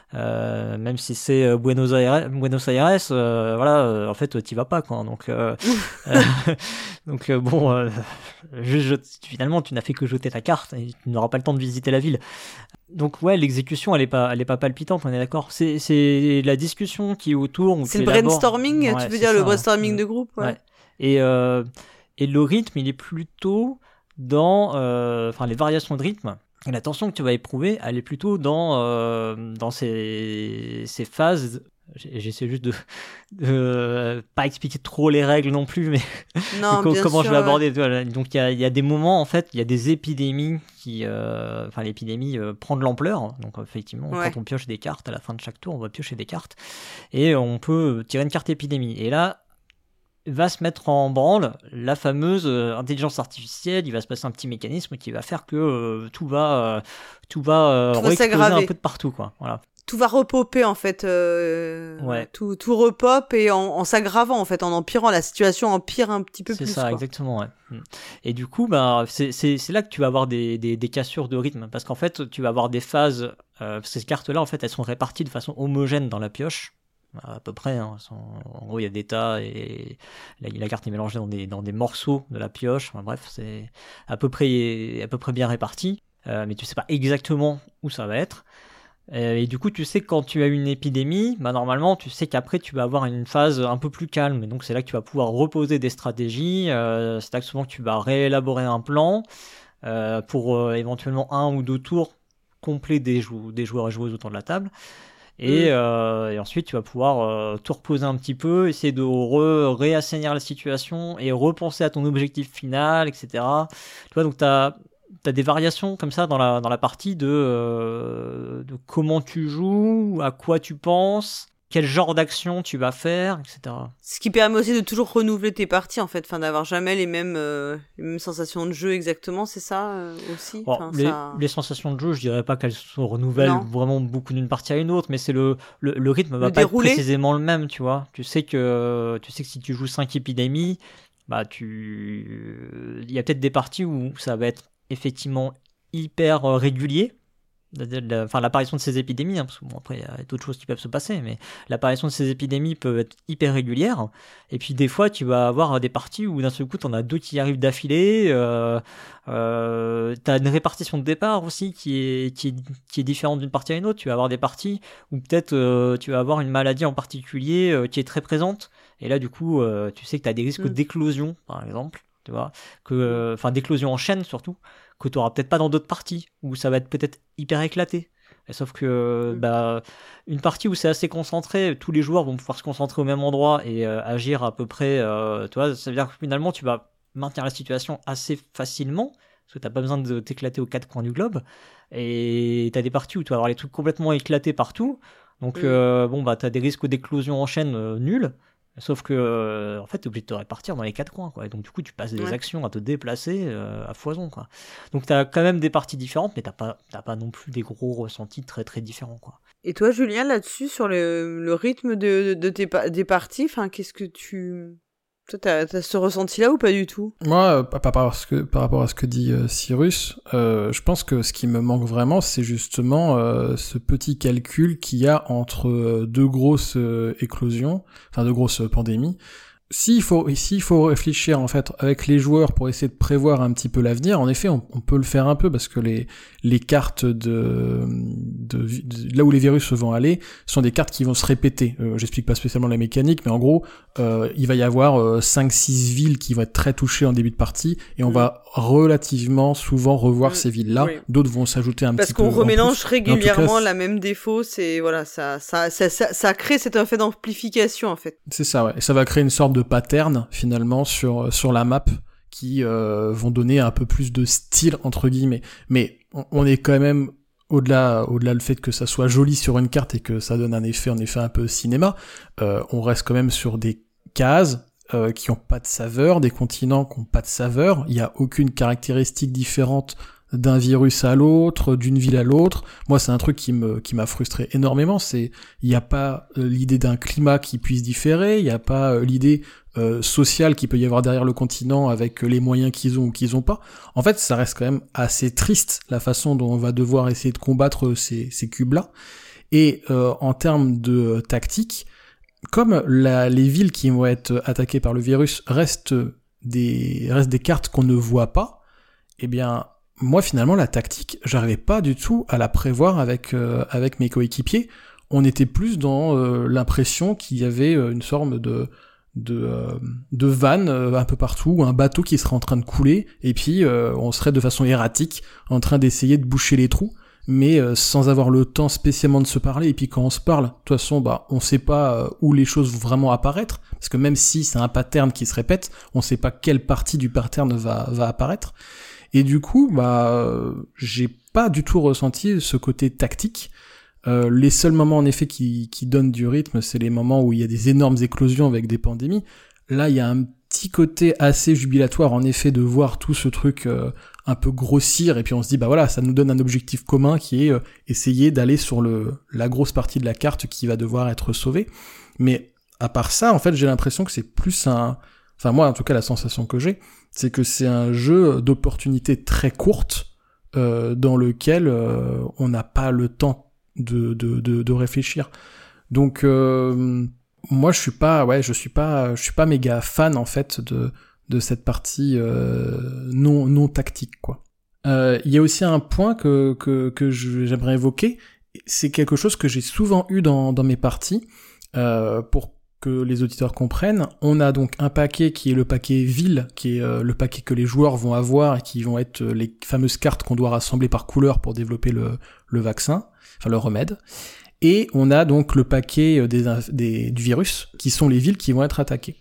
euh, même si c'est euh, Buenos Aires, Buenos Aires, euh, voilà, euh, en fait, t'y vas pas, quoi. Donc, euh, euh, donc euh, bon, euh, juste, je- finalement, tu n'as fait que jeter ta carte et tu n'auras pas le temps de visiter la ville. Donc ouais, l'exécution, elle est pas, elle est pas palpitante, on est d'accord. C'est, c'est la discussion qui est autour. Où C'est tu le élabores... brainstorming, Ouais, tu veux c'est dire ça, le ouais. brainstorming Mm. de groupe, ouais. Ouais. Et euh, et le rythme, il est plutôt dans, enfin euh, les variations de rythme. Et la tension que tu vas éprouver, elle est plutôt dans euh, dans ces ces phases. J'essaie juste de, de euh, pas expliquer trop les règles non plus, mais Non, co- bien comment sûr, je vais ouais. aborder. Voilà. Donc il y a, y a des moments, en fait, il y a des épidémies qui, euh, enfin l'épidémie euh, prend de l'ampleur. Donc effectivement, Ouais. quand on pioche des cartes à la fin de chaque tour, on va piocher des cartes et on peut tirer une carte épidémie. Et là, va se mettre en branle la fameuse euh, intelligence artificielle. Il va se passer un petit mécanisme qui va faire que euh, tout va, euh, tout va, euh, Tout va re-exploser s'aggraver. un peu de partout, quoi. Voilà. Tout va repopper en fait, euh, Ouais. tout, tout repop et en, en s'aggravant en fait, en empirant, la situation empire un petit peu C'est plus. ça, quoi. exactement. Ouais. Et du coup, bah, c'est, c'est, c'est là que tu vas avoir des, des, des cassures de rythme, parce qu'en fait, tu vas avoir des phases. Euh, ces cartes-là, en fait, elles sont réparties de façon homogène dans la pioche. À peu près, hein. Sont... en gros il y a des tas et la, la carte est mélangée dans des, dans des morceaux de la pioche, enfin, bref c'est à peu près, à peu près bien réparti, euh, mais tu sais pas exactement où ça va être, euh, et du coup tu sais que quand tu as une épidémie, bah, normalement tu sais qu'après tu vas avoir une phase un peu plus calme, et donc c'est là que tu vas pouvoir reposer des stratégies, euh, c'est là que souvent que tu vas réélaborer un plan euh, pour euh, éventuellement un ou deux tours complets des, jou- des joueurs et joueuses autour de la table. Et, Mm. euh, et ensuite, tu vas pouvoir euh, te reposer un petit peu, essayer de re- réassainir la situation et repenser à ton objectif final, et cetera. Tu vois, donc tu as des variations comme ça dans la, dans la partie de, euh, de comment tu joues, à quoi tu penses, quel genre d'action tu vas faire, et cetera. Ce qui permet aussi de toujours renouveler tes parties en fait, enfin d'avoir jamais les mêmes, euh, les mêmes sensations de jeu exactement, c'est ça euh, aussi. Bon, Enfin, les, ça... les sensations de jeu, je dirais pas qu'elles se renouvellent Non. vraiment beaucoup d'une partie à une autre, mais c'est le, le, le rythme va Le pas déroulé. être précisément le même, tu vois. Tu sais que, tu sais que si tu joues cinq épidémies, bah tu, il y a peut-être des parties où ça va être effectivement hyper euh, régulier. Enfin, l'apparition de ces épidémies, hein, parce que bon, après il y a d'autres choses qui peuvent se passer, mais l'apparition de ces épidémies peut être hyper régulière. Et puis des fois, tu vas avoir des parties où d'un seul coup, t'en as deux qui arrivent d'affilée. Euh, euh, t'as une répartition de départ aussi qui est qui est qui est différente d'une partie à une autre. Tu vas avoir des parties où peut-être euh, tu vas avoir une maladie en particulier euh, qui est très présente. Et là, du coup, euh, tu sais que t'as des risques Mm. d'éclosion, par exemple. Tu vois, que, enfin, d'éclosion en chaîne surtout, que tu auras peut-être pas dans d'autres parties, où ça va être peut-être hyper éclaté. Et sauf que, Mm. bah, une partie où c'est assez concentré, tous les joueurs vont pouvoir se concentrer au même endroit et euh, agir à peu près, euh, tu vois, ça veut dire que finalement, tu vas maintenir la situation assez facilement, parce que t'as pas besoin de t'éclater aux quatre coins du globe. Et t'as des parties où tu vas avoir les trucs complètement éclatés partout. Donc, Mm. euh, bon, bah, t'as des risques d'éclosion en chaîne euh, nuls. Sauf que, euh, en fait, t'es obligé de te répartir dans les quatre coins, quoi. Et donc, du coup, tu passes des Ouais. actions à te déplacer euh, à foison, quoi. Donc, t'as quand même des parties différentes, mais t'as pas, t'as pas non plus des gros ressentis très, très différents, quoi. Et toi, Julien, là-dessus, sur le, le rythme de, de tes pa- des parties, enfin, qu'est-ce que tu... Toi, t'as, t'as ce ressenti-là ou pas du tout? Moi, euh, par, par, rapport à ce que, par rapport à ce que dit euh, Cyrus, euh, je pense que ce qui me manque vraiment, c'est justement euh, ce petit calcul qu'il y a entre euh, deux grosses euh, éclosions, enfin deux grosses pandémies. s'il faut, s'il faut réfléchir en fait avec les joueurs pour essayer de prévoir un petit peu l'avenir, en effet, on, on peut le faire un peu parce que les les cartes de, de, de là où les virus vont aller sont des cartes qui vont se répéter. Euh, j'explique pas spécialement la mécanique, mais en gros, euh, il va y avoir euh, cinq six villes qui vont être très touchées en début de partie et on mmh. va relativement souvent revoir mmh. ces villes-là. Oui. D'autres vont s'ajouter un parce petit peu. Parce qu'on remélange plus. régulièrement cas, la même défaut, c'est voilà, ça ça, ça ça ça crée cet effet d'amplification en fait. C'est ça, ouais. Et ça va créer une sorte de pattern finalement sur sur la map qui euh, vont donner un peu plus de style entre guillemets. Mais on, on est quand même au-delà au-delà le fait que ça soit joli sur une carte et que ça donne un effet en effet un peu cinéma, euh, on reste quand même sur des cases euh, qui ont pas de saveur, des continents qui ont pas de saveur, il y a aucune caractéristique différente d'un virus à l'autre, d'une ville à l'autre. Moi, c'est un truc qui me qui m'a frustré énormément, c'est il y a pas euh, l'idée d'un climat qui puisse différer, il y a pas euh, l'idée euh, sociale qu'il peut y avoir derrière le continent avec euh, les moyens qu'ils ont ou qu'ils ont pas. En fait, ça reste quand même assez triste la façon dont on va devoir essayer de combattre ces ces cubes-là. Et euh, en termes de euh, tactique, comme la, les villes qui vont être attaquées par le virus restent des restent des cartes qu'on ne voit pas, eh bien moi finalement la tactique, j'arrivais pas du tout à la prévoir avec euh, avec mes coéquipiers. On était plus dans euh, l'impression qu'il y avait euh, une sorte de de euh, de vanne euh, un peu partout, un bateau qui serait en train de couler et puis euh, on serait de façon erratique en train d'essayer de boucher les trous, mais euh, sans avoir le temps spécialement de se parler. Et puis quand on se parle, de toute façon, bah on sait pas euh, où les choses vont vraiment apparaître, parce que même si c'est un pattern qui se répète, on sait pas quelle partie du pattern va va apparaître. Et du coup, bah, euh, j'ai pas du tout ressenti ce côté tactique. Euh, les seuls moments, en effet, qui, qui donnent du rythme, c'est les moments où il y a des énormes éclosions avec des pandémies. Là, il y a un petit côté assez jubilatoire, en effet, de voir tout ce truc euh, un peu grossir, et puis on se dit, bah voilà, ça nous donne un objectif commun qui est euh, essayer d'aller sur le la grosse partie de la carte qui va devoir être sauvée. Mais à part ça, en fait, j'ai l'impression que c'est plus un... Enfin, moi, en tout cas, la sensation que j'ai, c'est que c'est un jeu d'opportunités très courtes euh, dans lequel euh, on n'a pas le temps de, de, de, de réfléchir. Donc, euh, moi, je suis pas, ouais, je suis pas, je suis pas méga fan en fait de de cette partie euh, non non tactique, quoi. Il euh, y a aussi un point que que que je, j'aimerais évoquer, c'est quelque chose que j'ai souvent eu dans dans mes parties euh, pour que les auditeurs comprennent. On a donc un paquet qui est le paquet ville, qui est euh, le paquet que les joueurs vont avoir et qui vont être euh, les fameuses cartes qu'on doit rassembler par couleur pour développer le, le vaccin, enfin le remède. Et on a donc le paquet des, des, du virus, qui sont les villes qui vont être attaquées.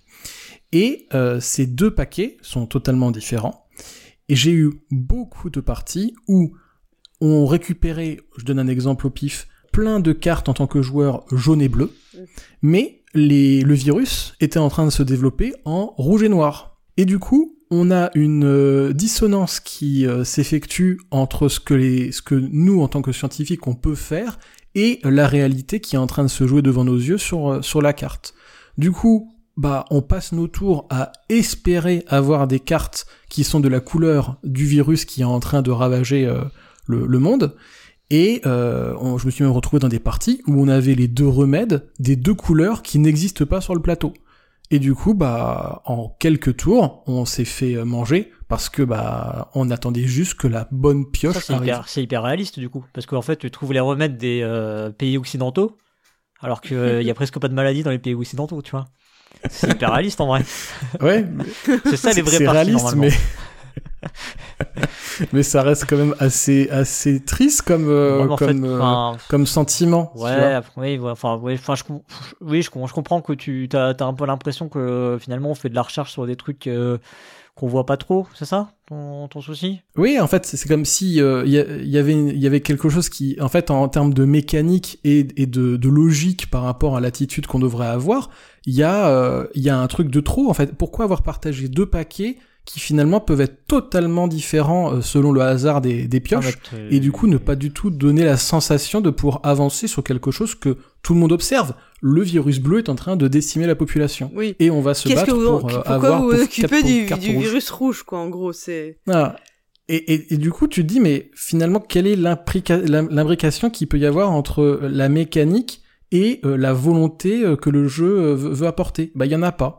Et euh, ces deux paquets sont totalement différents. Et j'ai eu beaucoup de parties où on récupérait, je donne un exemple au pif, plein de cartes en tant que joueur jaune et bleu, mais les, le virus était en train de se développer en rouge et noir. Et du coup, on a une euh, dissonance qui euh, s'effectue entre ce que, les, ce que nous, en tant que scientifiques, on peut faire et la réalité qui est en train de se jouer devant nos yeux sur, euh, sur la carte. Du coup, bah, on passe nos tours à espérer avoir des cartes qui sont de la couleur du virus qui est en train de ravager euh, le, le monde. Et euh, on, je me suis même retrouvé dans des parties où on avait les deux remèdes des deux couleurs qui n'existent pas sur le plateau. Et du coup, bah, en quelques tours, on s'est fait manger parce que bah, on attendait juste que la bonne pioche ça, c'est arrive. Hyper, c'est hyper réaliste du coup, parce qu'en fait, tu trouves les remèdes des euh, pays occidentaux, alors qu'il euh, y a presque pas de maladies dans les pays occidentaux, tu vois. C'est hyper réaliste en vrai. Ouais. C'est ça les vrais c'est parties réaliste, normalement. Mais... mais ça reste quand même assez assez triste comme euh, ouais, comme fait, euh, comme sentiment. Ouais, après, oui, ouais, enfin, ouais, enfin, je, oui, je, je comprends que tu t'as, t'as un peu l'impression que finalement on fait de la recherche sur des trucs euh, qu'on voit pas trop, c'est ça ton, ton souci? Oui, en fait, c'est, c'est comme si il euh, y, y avait il y avait quelque chose qui, en fait, en, en termes de mécanique et, et de, de logique par rapport à l'attitude qu'on devrait avoir, il y a euh, il y a un truc de trop. En fait, pourquoi avoir partagé deux paquets qui finalement peuvent être totalement différents euh, selon le hasard des, des pioches, ah, et du coup ne pas du tout donner la sensation de pouvoir avancer sur quelque chose que tout le monde observe. Le virus bleu est en train de décimer la population. Oui. Et on va se Qu'est-ce battre que vous, pour euh, pourquoi avoir... vous vous occupez du, pour du rouge. virus rouge, quoi, en gros, c'est... Ah. Et, et, et du coup, tu te dis, mais finalement, quelle est l'imbrica- l'imbrication qu'il peut y avoir entre la mécanique et euh, la volonté euh, que le jeu euh, veut apporter? Bah, il y en a pas.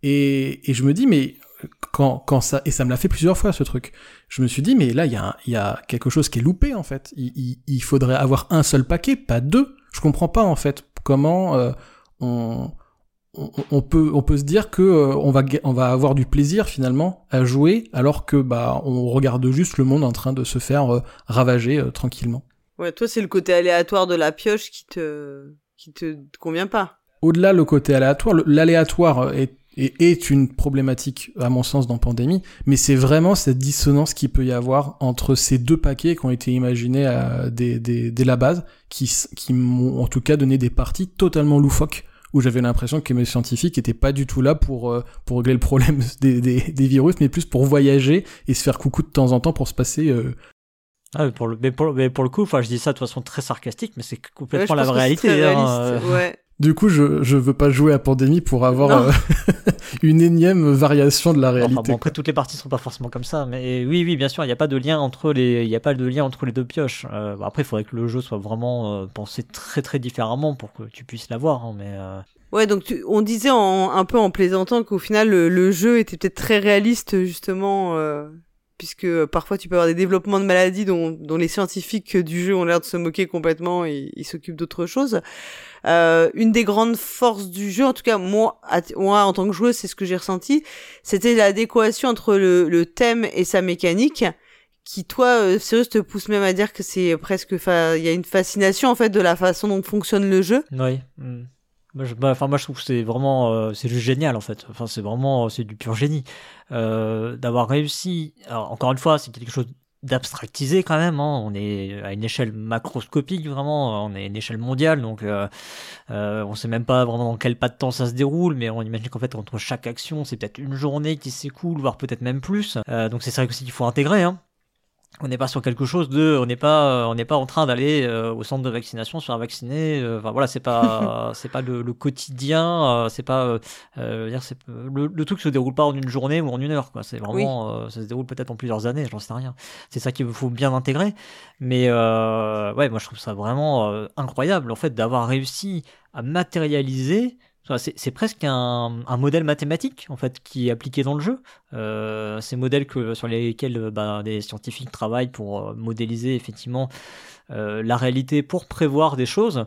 Et, et je me dis, mais quand, quand ça, et ça me l'a fait plusieurs fois ce truc, je me suis dit, mais là, il y, a un, y a quelque chose qui est loupé en fait. Il, il, il faudrait avoir un seul paquet, pas deux. Je comprends pas en fait comment euh, on, on, on, peut, on peut se dire que euh, on, va, on va avoir du plaisir finalement à jouer, alors que bah on regarde juste le monde en train de se faire euh, ravager euh, tranquillement. Ouais, toi, c'est le côté aléatoire de la pioche qui te, qui te convient pas. Au-delà le côté aléatoire, le, l'aléatoire est, est, est une problématique, à mon sens, dans Pandémie, mais c'est vraiment cette dissonance qu'il peut y avoir entre ces deux paquets qui ont été imaginés à, dès, dès, dès la base, qui, qui m'ont en tout cas donné des parties totalement loufoques, où j'avais l'impression que mes scientifiques étaient pas du tout là pour, euh, pour régler le problème des, des, des virus, mais plus pour voyager et se faire coucou de temps en temps pour se passer... Euh, Ah, mais, pour le, mais, pour, mais pour le coup, enfin, je dis ça de façon très sarcastique, mais c'est complètement ouais, la réalité. C'est hein, réaliste, euh... ouais. Du coup, je, je veux pas jouer à Pandémie pour avoir euh, une énième variation de la réalité. Enfin, bon, après, toutes les parties sont pas forcément comme ça, mais oui, oui, bien sûr, il n'y a pas de lien entre les, il y a pas de lien entre les deux pioches. Euh, bon, après, il faudrait que le jeu soit vraiment euh, pensé très, très différemment pour que tu puisses l'avoir, hein, mais. Euh... Ouais, donc tu, on disait en, un peu en plaisantant qu'au final, le, le jeu était peut-être très réaliste, justement. Euh... puisque parfois tu peux avoir des développements de maladies dont, dont les scientifiques du jeu ont l'air de se moquer complètement et ils s'occupent d'autre chose. Euh, une des grandes forces du jeu, en tout cas moi, à, moi en tant que joueuse, c'est ce que j'ai ressenti, c'était l'adéquation entre le, le thème et sa mécanique, qui toi, euh, sérieux, te pousse même à dire que c'est presque, fa... il y a une fascination en fait de la façon dont fonctionne le jeu. Oui. Mm. Moi, je, bah, enfin, moi, je trouve que c'est vraiment, euh, c'est juste génial en fait. Enfin, c'est vraiment, c'est du pur génie euh, d'avoir réussi. Alors, encore une fois, c'est quelque chose d'abstractisé quand même. Hein. On est à une échelle macroscopique vraiment. On est à une échelle mondiale, donc euh, euh, on sait même pas vraiment dans quel pas de temps ça se déroule, mais on imagine qu'en fait entre chaque action, c'est peut-être une journée qui s'écoule, voire peut-être même plus. Euh, donc c'est ça aussi qu'il faut intégrer. Hein. On n'est pas sur quelque chose de, on n'est pas, on n'est pas en train d'aller euh, au centre de vaccination se faire vacciner. Euh, enfin voilà, c'est pas, c'est pas le, le quotidien. Euh, c'est pas, euh, euh, dire, c'est le, le truc se déroule pas en une journée ou en une heure. Quoi. C'est vraiment, oui. euh, ça se déroule peut-être en plusieurs années. J'en sais rien. C'est ça qu'il faut bien intégrer. Mais euh, ouais, moi je trouve ça vraiment euh, incroyable en fait d'avoir réussi à matérialiser. C'est, c'est presque un, un modèle mathématique en fait qui est appliqué dans le jeu. Euh, ces modèles que, sur lesquels bah, des scientifiques travaillent pour euh, modéliser effectivement euh, la réalité, pour prévoir des choses.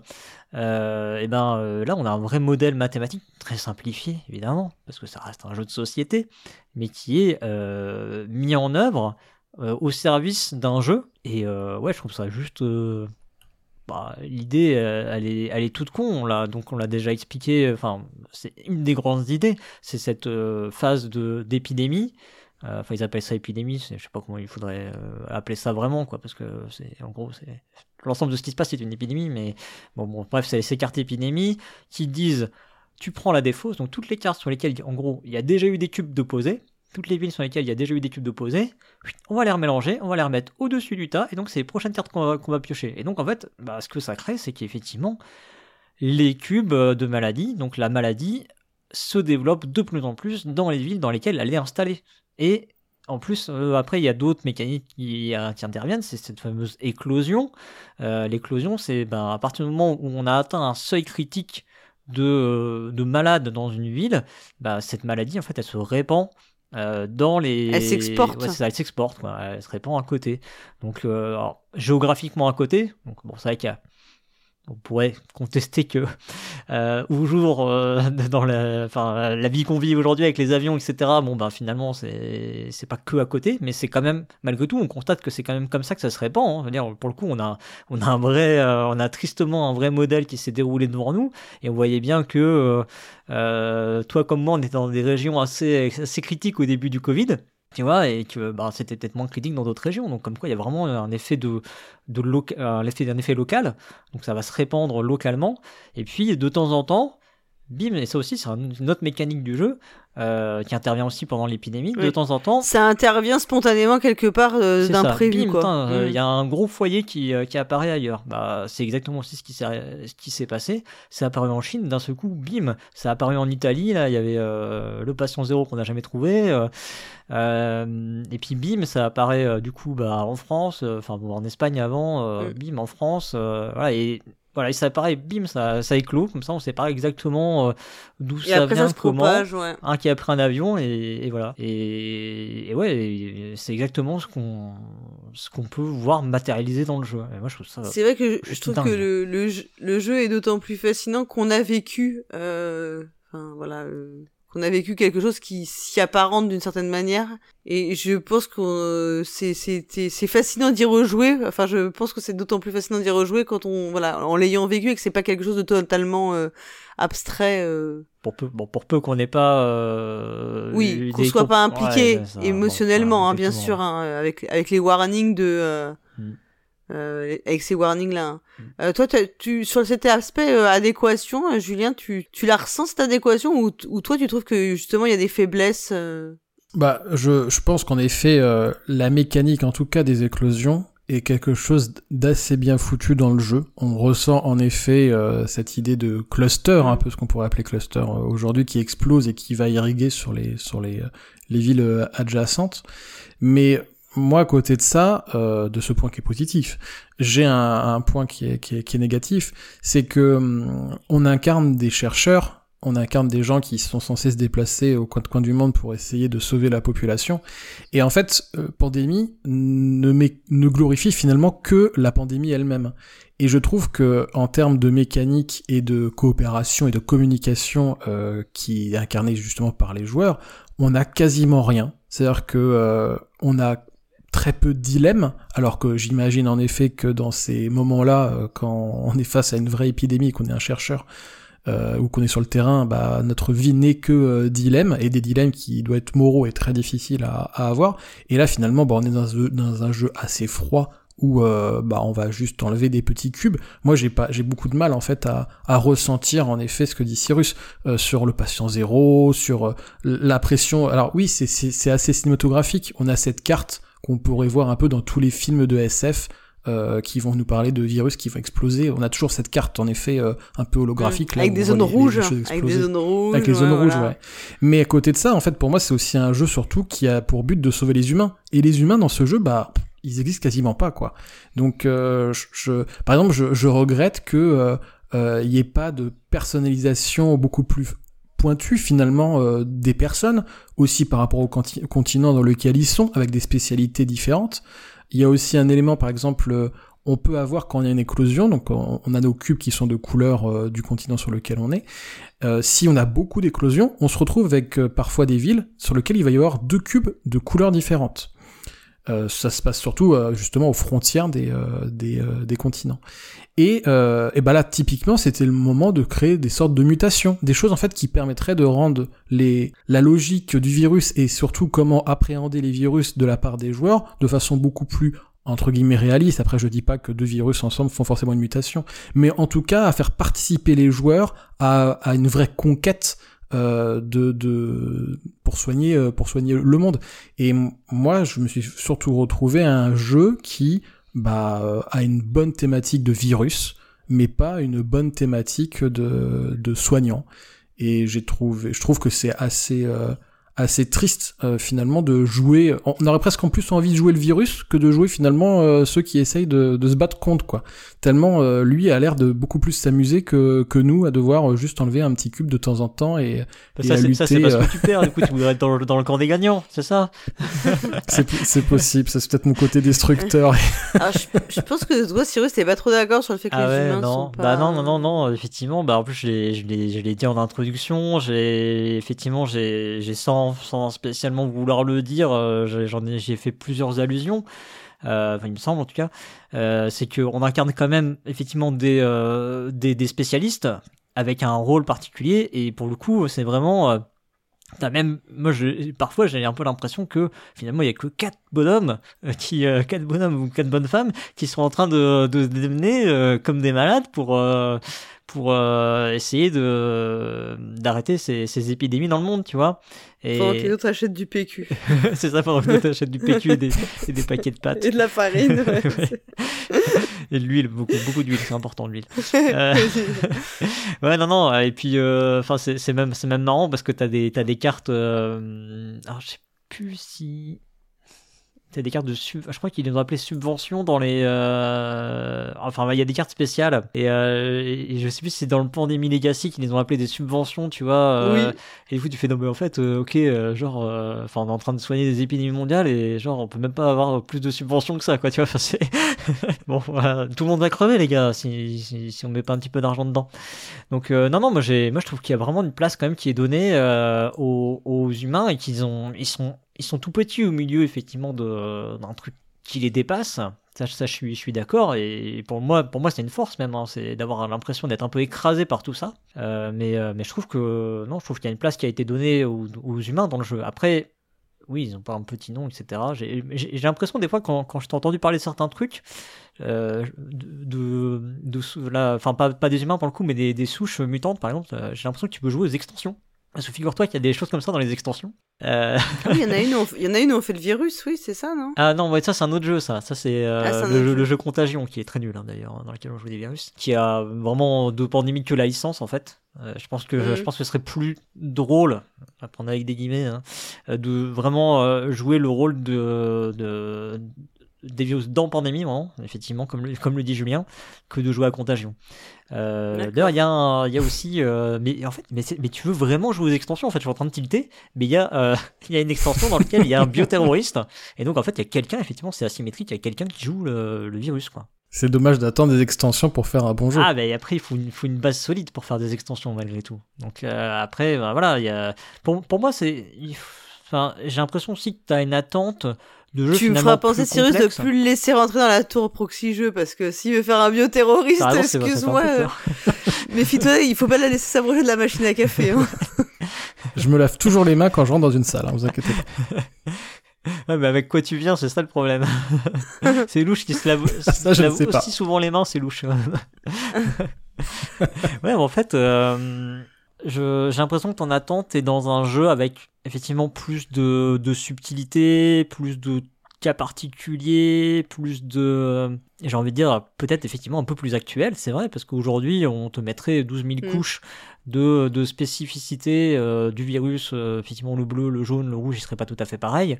Euh, et ben euh, là, on a un vrai modèle mathématique très simplifié évidemment parce que ça reste un jeu de société, mais qui est euh, mis en œuvre euh, au service d'un jeu. Et euh, ouais, je trouve ça juste. Euh, Bah, l'idée, elle est, elle est toute con, on l'a, donc on l'a déjà expliqué, enfin, c'est une des grandes idées, c'est cette euh, phase de, d'épidémie, euh, enfin ils appellent ça épidémie, je sais pas comment il faudrait euh, appeler ça vraiment, quoi, parce que c'est, en gros, c'est, l'ensemble de ce qui se passe c'est une épidémie, mais bon, bon bref, c'est ces cartes épidémie qui disent, tu prends la défausse, donc toutes les cartes sur lesquelles, en gros, il y a déjà eu des cubes d'opposés, toutes les villes sur lesquelles il y a déjà eu des cubes d'opposés, on va les remélanger, on va les remettre au-dessus du tas, et donc c'est les prochaines cartes qu'on va, qu'on va piocher. Et donc en fait, bah, ce que ça crée, c'est qu'effectivement, les cubes de maladie, donc la maladie, se développe de plus en plus dans les villes dans lesquelles elle est installée. Et en plus, euh, après, il y a d'autres mécaniques qui, euh, qui interviennent, c'est cette fameuse éclosion. Euh, l'éclosion, c'est ben, à partir du moment où on a atteint un seuil critique de, de malades dans une ville, bah, cette maladie, en fait, elle se répand. Euh, dans les... Elle s'exporte. Ouais, c'est ça, elle s'exporte, quoi. Elle se répand à côté. Donc, euh, alors, géographiquement à côté, donc bon, c'est vrai qu'il y a... On pourrait contester que euh, au jour euh, dans la, enfin, la vie qu'on vit aujourd'hui avec les avions, et cetera. Bon, ben finalement, c'est c'est pas que à côté, mais c'est quand même, malgré tout, on constate que c'est quand même comme ça que ça se répand. Hein. Je veux dire, pour le coup, on a on a un vrai, euh, on a tristement un vrai modèle qui s'est déroulé devant nous, et on voyait bien que euh, toi comme moi, on était dans des régions assez assez critiques au début du Covid. Tu vois, et que bah, c'était peut-être moins critique dans d'autres régions. Donc, comme quoi, il y a vraiment un effet de, de loca- un effet d'un effet local. Donc, ça va se répandre localement. Et puis, de temps en temps, bim, et ça aussi, c'est une autre mécanique du jeu euh, qui intervient aussi pendant l'épidémie. Oui. De temps en temps, ça intervient spontanément quelque part euh, d'imprévu. Il euh, mmh. y a un gros foyer qui, euh, qui apparaît ailleurs. Bah, c'est exactement aussi ce qui s'est, ce qui s'est passé. C'est apparu en Chine, d'un seul coup, bim, ça a apparu en Italie. Là, il y avait euh, le patient zéro qu'on n'a jamais trouvé. Euh, Euh, et puis bim, ça apparaît euh, du coup bah, en France, enfin euh, bon, en Espagne avant, euh, mmh. bim en France, euh, voilà, et voilà, ça apparaît, bim, ça, ça éclot, comme ça on sait pas exactement euh, d'où Et ça après, vient, ça se comment. propage, ouais. Un qui a pris un avion et, et voilà. Et, et ouais, et c'est exactement ce qu'on, ce qu'on peut voir matérialisé dans le jeu. Et moi, je trouve ça. C'est vrai que je, je trouve dingue. que le, le, jeu, le jeu est d'autant plus fascinant qu'on a vécu, euh, enfin voilà, euh, qu'on a vécu quelque chose qui s'y apparente d'une certaine manière. Et je pense que euh, c'est, c'est, c'est, c'est fascinant d'y rejouer. Enfin, je pense que c'est d'autant plus fascinant d'y rejouer quand on, voilà, en l'ayant vécu et que c'est pas quelque chose de totalement euh, abstrait. Euh... Pour peu, bon, pour peu qu'on n'ait pas. Euh, oui, qu'on des soit comp- pas impliqué ouais, ça, émotionnellement, bon, hein, bien sûr, hein, avec avec les warnings de. Euh... Mm. Euh, avec ces warnings là. Hein. Mm. Euh, toi, tu sur cet aspect euh, adéquation, euh, Julien, tu tu la ressens cette adéquation ou, ou toi tu trouves que justement il y a des faiblesses euh... Bah, je je pense qu'en effet euh, la mécanique, en tout cas des éclosions, est quelque chose d'assez bien foutu dans le jeu. On ressent en effet euh, cette idée de cluster, un peu ce qu'on pourrait appeler cluster euh, aujourd'hui, qui explose et qui va irriguer sur les sur les les villes euh, adjacentes. Mais moi, à côté de ça, euh, de ce point qui est positif, j'ai un, un point qui est, qui est, qui est négatif, c'est que hum, on incarne des chercheurs, on incarne des gens qui sont censés se déplacer au coin de coin du monde pour essayer de sauver la population, et en fait, euh, Pandémie ne, mé- ne glorifie finalement que la pandémie elle-même. Et je trouve que en termes de mécanique et de coopération et de communication euh, qui est incarnée justement par les joueurs, on a quasiment rien. C'est-à-dire que euh, on a très peu de dilemmes, alors que j'imagine en effet que dans ces moments-là, euh, quand on est face à une vraie épidémie, qu'on est un chercheur, euh, ou qu'on est sur le terrain, bah notre vie n'est que euh, dilemmes, et des dilemmes qui doivent être moraux et très difficiles à, à avoir. Et là, finalement, bah, on est dans un, dans un jeu assez froid, où euh, bah on va juste enlever des petits cubes. Moi j'ai pas j'ai beaucoup de mal en fait à, à ressentir en effet ce que dit Cyrus euh, sur le patient zéro, sur euh, l'impression. Alors oui, c'est c'est c'est assez cinématographique. On a cette carte qu'on pourrait voir un peu dans tous les films de S F euh, qui vont nous parler de virus qui vont exploser. On a toujours cette carte en effet euh, un peu holographique mmh. là, avec des zones les, rouges, les, les avec des zones rouges, avec les zones ouais, rouges, voilà. ouais. Mais à côté de ça, en fait, pour moi, c'est aussi un jeu surtout qui a pour but de sauver les humains. Et les humains dans ce jeu, bah ils existent quasiment pas, quoi. Donc, euh, je, je, par exemple, je, je regrette que euh, euh, y ait pas de personnalisation beaucoup plus pointue finalement euh, des personnes, aussi par rapport au conti- continent dans lequel ils sont, avec des spécialités différentes. Il y a aussi un élément, par exemple, euh, on peut avoir quand il y a une éclosion, donc on, on a nos cubes qui sont de couleur euh, du continent sur lequel on est. Euh, si on a beaucoup d'éclosions, on se retrouve avec euh, parfois des villes sur lesquelles il va y avoir deux cubes de couleurs différentes. Euh, ça se passe surtout euh, justement aux frontières des euh, des, euh, des continents. Et euh, et ben là typiquement c'était le moment de créer des sortes de mutations, des choses en fait qui permettraient de rendre les la logique du virus et surtout comment appréhender les virus de la part des joueurs de façon beaucoup plus entre guillemets réaliste. Après je dis pas que deux virus ensemble font forcément une mutation, mais en tout cas à faire participer les joueurs à à une vraie conquête Euh, de, de pour soigner euh, pour soigner le monde. Et m- moi je me suis surtout retrouvé à un jeu qui bah euh, a une bonne thématique de virus mais pas une bonne thématique de de soignants. Et j'ai trouvé je trouve que c'est assez euh, assez triste euh, finalement de jouer, on aurait presque en plus envie de jouer le virus que de jouer finalement euh, ceux qui essayent de, de se battre contre, quoi. Tellement euh, lui a l'air de beaucoup plus s'amuser que, que nous à devoir euh, juste enlever un petit cube de temps en temps et, bah et ça, à c'est, lutter. ça c'est parce euh... que tu perds, du coup tu voudrais être dans le, dans le camp des gagnants, c'est ça? c'est, c'est possible, ça c'est peut-être mon côté destructeur. Alors, je, je pense que toi, Cyrus, t'es pas trop d'accord sur le fait que Ah les ouais, humains non. sont pas... Bah non, non, non, non, effectivement, bah en plus je l'ai, je l'ai, je l'ai dit en introduction, j'ai, effectivement, j'ai, j'ai sans, sans spécialement vouloir le dire, euh, j'ai, j'en ai, j'ai fait plusieurs allusions, euh, enfin il me semble en tout cas, euh, c'est qu'on incarne quand même effectivement des, euh, des, des spécialistes avec un rôle particulier et pour le coup c'est vraiment... Euh, T'as même, moi, je, parfois, j'ai un peu l'impression que finalement, il y a que quatre bonhommes euh, qui, euh, quatre bonhommes ou quatre bonnes femmes qui sont en train de, de se démener euh, comme des malades pour, euh, pour euh, essayer de d'arrêter ces, ces épidémies dans le monde, tu vois. Et Pendant que les autres achètent du P Q. c'est ça, pendant que les autres achètent du P Q et des, et des paquets de pâtes. Et de la farine. Ouais. Ouais. Et de l'huile, beaucoup, beaucoup d'huile, c'est important l'huile. Euh... ouais, non, non. Et puis, enfin, euh, c'est, c'est même, c'est même marrant parce que t'as des, t'as des cartes. Euh... Alors, je sais plus si. t'as des cartes de sub... je crois qu'ils les ont appelées subventions dans les euh... enfin il y a des cartes spéciales et, euh... et je sais plus si c'est dans le Pandémie Legacy qu'ils les ont appelées des subventions, tu vois, euh... oui. et du coup tu fais non mais en fait euh, ok euh, genre enfin euh... on est en train de soigner des épidémies mondiales et genre on peut même pas avoir plus de subventions que ça, quoi, tu vois, enfin, c'est... bon voilà, tout le monde va crever les gars si, si, si on met pas un petit peu d'argent dedans. Donc euh, non non moi j'ai moi je trouve qu'il y a vraiment une place quand même qui est donnée euh, aux, aux humains et qu'ils ont ils sont ils sont tout petits au milieu effectivement de d'un truc qui les dépasse. Ça, ça je suis je suis d'accord et pour moi pour moi c'est une force même, hein, c'est d'avoir l'impression d'être un peu écrasé par tout ça. Euh, mais euh, mais je trouve que non je trouve qu'il y a une place qui a été donnée aux, aux humains dans le jeu. Après oui, ils ont pas un petit nom, et cetera. J'ai, j'ai, j'ai l'impression des fois quand, quand je t'ai entendu parler de certains trucs, euh, de, de, de là, enfin pas, pas des humains pour le coup, mais des, des souches mutantes par exemple, euh, j'ai l'impression que tu peux jouer aux extensions. Parce que figure-toi qu'il y a des choses comme ça dans les extensions. Euh... Ah oui, il y en a une où on, il y en a une où on fait le virus, oui, c'est ça, non? Ah non, ouais, ça c'est un autre jeu, ça. Ça c'est, euh, ah, c'est le, jeu, jeu. le jeu Contagion, qui est très nul hein, d'ailleurs, dans lequel on joue des virus, qui a vraiment de pandémie que la licence en fait. Euh, je pense que mmh. je pense que ce serait plus drôle, à prendre avec des guillemets, hein, de vraiment euh, jouer le rôle de, de des virus dans Pandémie, vraiment, effectivement, comme le, comme le dit Julien, que de jouer à Contagion. Euh, d'ailleurs, il y a, un, il y a aussi, euh, mais en fait, mais, c'est, mais tu veux vraiment jouer aux extensions? En fait, je suis en train de tilter, mais il y a, euh, il y a une extension dans laquelle il y a un bioterroriste, et donc en fait, il y a quelqu'un, effectivement, c'est asymétrique, il y a quelqu'un qui joue le, le virus, quoi. C'est dommage d'attendre des extensions pour faire un bon jeu. Ah, mais après, il faut une, faut une base solide pour faire des extensions, malgré tout. Donc euh, après, ben, voilà, il y a, pour, pour moi, c'est, enfin, j'ai l'impression aussi que t'as une attente de jeu. Tu me feras penser Cyrus de plus le laisser rentrer dans la tour proxy jeu parce que s'il veut faire un bioterroriste, raison, excuse-moi, euh, méfie-toi, il faut pas la laisser s'abroger de la machine à café. Hein. Je me lave toujours les mains quand je rentre dans une salle, hein, vous inquiétez pas. Ouais, mais avec quoi tu viens, c'est ça le problème. C'est louche qui se lave, ça, se lave aussi pas. souvent les mains, c'est louche. Ouais, mais en fait, euh, je, j'ai l'impression que ton attente est dans un jeu avec effectivement plus de, de subtilité, plus de cas particuliers, plus de, j'ai envie de dire, peut-être effectivement un peu plus actuel, c'est vrai, parce qu'aujourd'hui, on te mettrait douze mille mmh. couches de, de spécificité euh, du virus, euh, effectivement le bleu, le jaune, le rouge, il serait pas tout à fait pareil,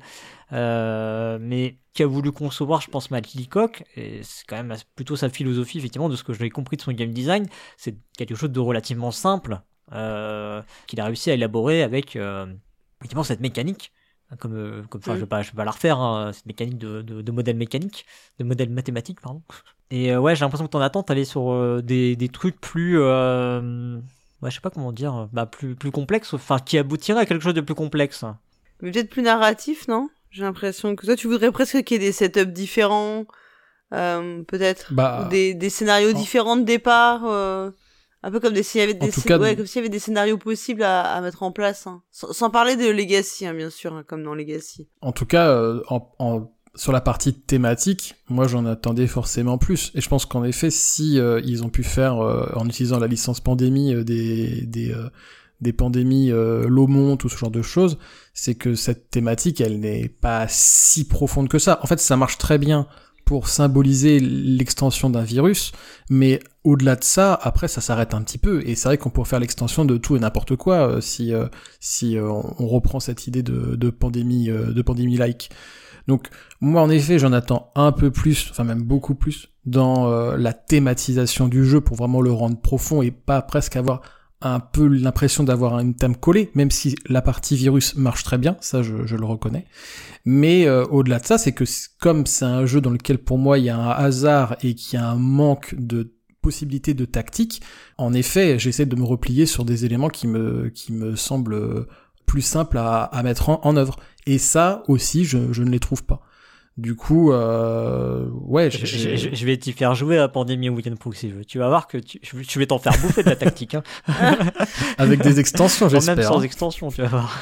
euh, mais qui a voulu concevoir, je pense, Matt Leacock, et c'est quand même plutôt sa philosophie, effectivement, de ce que j'ai compris de son game design, c'est quelque chose de relativement simple, euh, qu'il a réussi à élaborer avec, euh, effectivement, cette mécanique, comme, euh, comme enfin, mmh. je vais pas, je vais pas la refaire, hein, cette mécanique de, de, de modèle mécanique, de modèle mathématique, pardon. Et euh, ouais, j'ai l'impression que ton attente allait sur euh, des, des trucs plus, euh, ouais, je sais pas comment dire, bah plus, plus complexes, enfin qui aboutiraient à quelque chose de plus complexe. Mais peut-être plus narratif, non? J'ai l'impression que toi, tu voudrais presque qu'il y ait des setups différents, euh, peut-être, bah, ou des, des scénarios oh. différents de départ. Euh... Un peu comme des, s'il y avait des, sc- cas, ouais, comme s'il y avait des scénarios possibles à, à mettre en place, hein. sans, sans parler de Legacy, hein, bien sûr, hein, comme dans Legacy. En tout cas, euh, en, en, sur la partie thématique, moi j'en attendais forcément plus. Et je pense qu'en effet, si euh, ils ont pu faire, euh, en utilisant la licence Pandémie, euh, des, des, euh, des pandémies euh, Lomont, tout ce genre de choses, c'est que cette thématique, elle n'est pas si profonde que ça. En fait, ça marche très bien pour symboliser l'extension d'un virus, mais au-delà de ça, après ça s'arrête un petit peu, et c'est vrai qu'on pourrait faire l'extension de tout et n'importe quoi euh, si euh, si euh, on reprend cette idée de, de pandémie euh, de pandémie-like. Donc moi en effet j'en attends un peu plus, enfin même beaucoup plus, dans euh, la thématisation du jeu pour vraiment le rendre profond et pas presque avoir un peu l'impression d'avoir une thème collée, même si la partie virus marche très bien, ça je, je le reconnais. Mais euh, au-delà de ça, c'est que comme c'est un jeu dans lequel pour moi il y a un hasard et qu'il y a un manque de possibilités de tactique, en effet, j'essaie de me replier sur des éléments qui me qui me semblent plus simples à, à mettre en, en œuvre. Et ça aussi, je, je ne les trouve pas. Du coup, euh, ouais, je, je, je, je vais t'y faire jouer à Pandémie Weekend Proxy. Tu vas voir que tu, je vais t'en faire bouffer de la tactique. Hein. Avec des extensions, j'espère. Même sans extension, tu vas voir.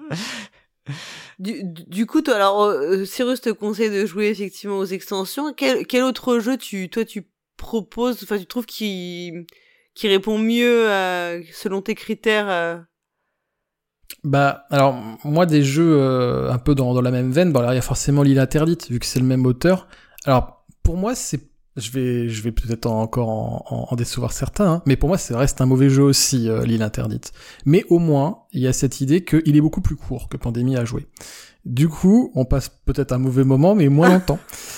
Du, du coup, toi, alors, euh, Cyrus te conseille de jouer effectivement aux extensions. Quel, quel autre jeu tu, toi, tu proposes, enfin, tu trouves qui, qui répond mieux à, selon tes critères euh... Bah, alors, moi, des jeux euh, un peu dans, dans la même veine, bon, alors il y a forcément l'Île Interdite, vu que c'est le même auteur. Alors, pour moi, c'est Je vais, je vais peut-être encore en, en, en décevoir certains, hein, mais pour moi, ça reste un mauvais jeu aussi, euh, l'île interdite. Mais au moins, il y a cette idée qu'il est beaucoup plus court que Pandémie à jouer. Du coup, on passe peut-être un mauvais moment, mais moins longtemps.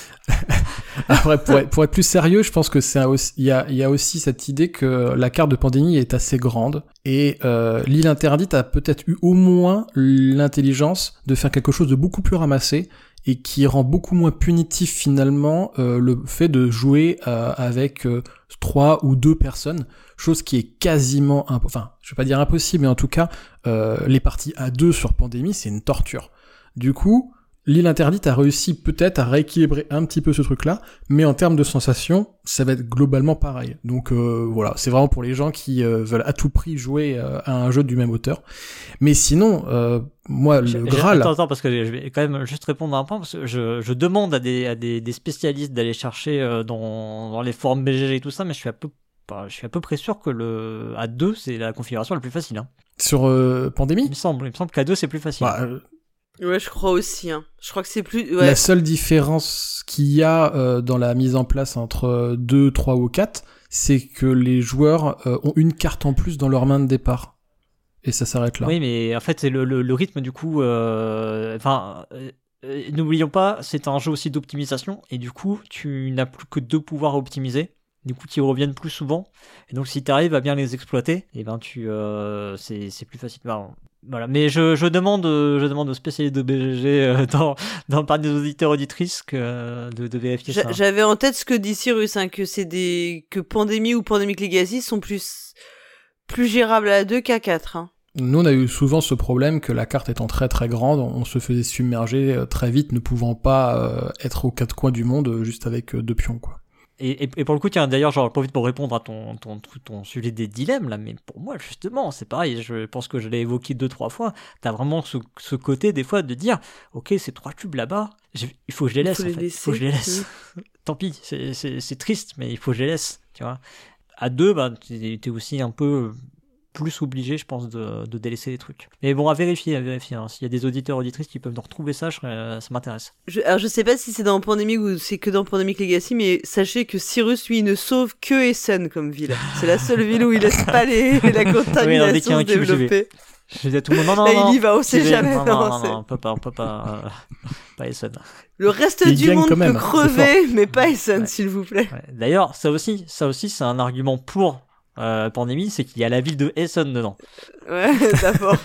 Après, pour être, pour être plus sérieux, je pense que c'est un aussi, il y a, il y a aussi cette idée que la carte de Pandémie est assez grande et euh, l'île interdite a peut-être eu au moins l'intelligence de faire quelque chose de beaucoup plus ramassé et qui rend beaucoup moins punitif finalement euh, le fait de jouer euh, avec euh, trois ou deux personnes, chose qui est quasiment imp- enfin, je vais pas dire impossible, mais en tout cas, euh, les parties à deux sur Pandémie, c'est une torture. Du coup, l'île interdite a réussi peut-être à rééquilibrer un petit peu ce truc-là, mais en termes de sensations, ça va être globalement pareil. Donc euh, voilà, c'est vraiment pour les gens qui euh, veulent à tout prix jouer euh, à un jeu du même auteur. Mais sinon, euh, moi, le je, Graal... Attends, attends, parce que je vais quand même juste répondre à un point, parce que je, je demande à des, à des, des spécialistes d'aller chercher euh, dans, dans les forums B G G et tout ça, mais je suis à peu, bah, je suis à peu près sûr que le à deux, c'est la configuration la plus facile. Hein. Sur euh, Pandémie Il me semble, il me semble qu'à deux, c'est plus facile. bah, euh... Ouais, je crois aussi. Hein. Je crois que c'est plus... Ouais. La seule différence qu'il y a euh, dans la mise en place entre deux, trois ou quatre, c'est que les joueurs euh, ont une carte en plus dans leur main de départ. Et ça s'arrête là. Oui, mais en fait, c'est le, le, le rythme, du coup... Euh, enfin, euh, euh, n'oublions pas, c'est un jeu aussi d'optimisation, et du coup, tu n'as plus que deux pouvoirs à optimiser. Du coup, tu y reviennent plus souvent. Et donc, si tu arrives à bien les exploiter, et ben tu, euh, c'est, c'est plus facile. Ben, voilà. Mais je, je demande, je demande aux spécialistes de B G G euh, dans, dans parmi des auditeurs auditrices que de, de vérifier J'a, ça. J'avais en tête ce que dit Cyrus, hein, que c'est des que Pandémie ou Pandemic Legacy sont plus plus gérables à deux qu'à quatre. Hein. Nous, on a eu souvent ce problème que la carte étant très très grande, on se faisait submerger euh, très vite, ne pouvant pas euh, être aux quatre coins du monde euh, juste avec euh, deux pions, quoi. Et, et, et pour le coup, tiens, d'ailleurs, j'en profite pour répondre à ton, ton, ton sujet des dilemmes, là, mais pour moi, justement, c'est pareil, je pense que je l'ai évoqué deux, trois fois, t'as vraiment ce, ce côté, des fois, de dire, ok, ces trois cubes là-bas, il faut que je les laisse, il faut en les fait, laisser. il faut que je les laisse. Tant pis, c'est, c'est, c'est triste, mais il faut que je les laisse, tu vois. À deux, bah, t'es, t'es aussi un peu plus obligé, je pense, de, de délaisser les trucs. Mais bon, à vérifier, à vérifier. Hein. S'il y a des auditeurs auditrices qui peuvent nous retrouver ça, je, euh, ça m'intéresse. Je, alors je sais pas si c'est dans Pandemic ou c'est que dans Pandemic Legacy, mais sachez que Cyrus, lui, ne sauve que Essen comme ville. C'est la seule ville où il laisse pas les, la contamination oui, se développer. Je dis à tout le monde, non, non, Là, non. il y va, on sait jamais. Non, Non, non, non, c'est... non, on peut pas, on peut pas, euh, pas Essen. Le reste il du monde quand même, peut crever, mais pas Essen, ouais. s'il vous plaît. Ouais. D'ailleurs, ça aussi, ça aussi, c'est un argument pour euh, Pandémie, c'est qu'il y a la ville de Essen dedans. Ouais, d'abord.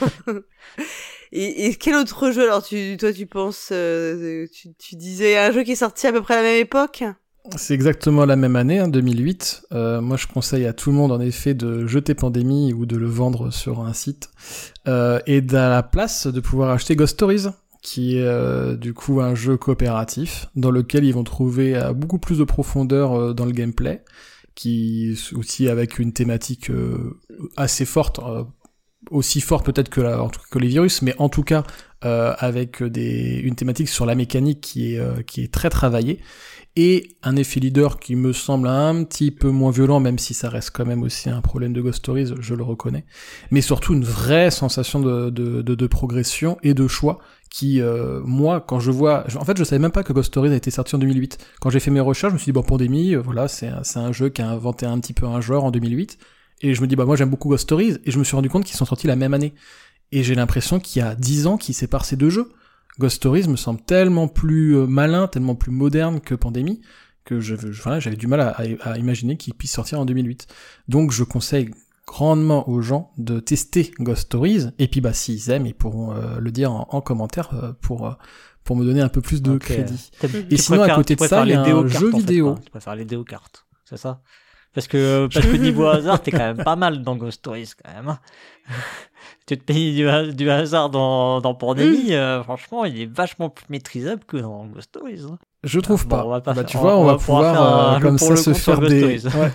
et, et quel autre jeu, alors, tu, toi, tu penses, euh, tu, tu disais un jeu qui est sorti à peu près à la même époque? C'est exactement la même année, hein, deux mille huit. Euh, moi, je conseille à tout le monde, en effet, de jeter Pandémie ou de le vendre sur un site. Euh, et à la place, de pouvoir acheter Ghost Stories, qui est euh, du coup un jeu coopératif, dans lequel ils vont trouver euh, beaucoup plus de profondeur euh, dans le gameplay, qui aussi avec une thématique euh, assez forte, euh, aussi forte peut-être que, la, en tout cas, que les virus, mais en tout cas euh, avec des, une thématique sur la mécanique qui est, euh, qui est très travaillée, et un effet leader qui me semble un petit peu moins violent, même si ça reste quand même aussi un problème de Ghost Stories, je le reconnais, mais surtout une vraie sensation de, de, de, de progression et de choix qui, euh, moi, quand je vois... En fait, je savais même pas que Ghost Stories a été sorti en deux mille huit. Quand j'ai fait mes recherches, je me suis dit, bon, Pandémie, euh, voilà, c'est, c'est un jeu qui a inventé un petit peu un genre en deux mille huit, et je me dis, bah moi j'aime beaucoup Ghost Stories, et je me suis rendu compte qu'ils sont sortis la même année. Et j'ai l'impression qu'il y a dix ans qui séparent ces deux jeux. Ghost Stories me semble tellement plus euh, malin, tellement plus moderne que Pandémie, que je, je, voilà, j'avais du mal à, à, à imaginer qu'il puisse sortir en deux mille huit. Donc je conseille grandement aux gens de tester Ghost Stories, et puis bah s'ils aiment, ils pourront euh, le dire en, en commentaire euh, pour, euh, pour me donner un peu plus de okay. crédit. T'as, et sinon à côté de ça, il y a un jeu vidéo. Tu préfères les déo-cartes, c'est ça? Parce que, parce que niveau hasard, t'es quand même pas mal dans Ghost Stories, quand même. Tu te payes du, du hasard dans, dans Pandémie, euh, franchement, il est vachement plus maîtrisable que dans Ghost Stories. Hein. Je trouve bon, pas. On va pas bah, faire, tu vois, on, on va, va pouvoir, euh, comme ça, se faire des... Ouais.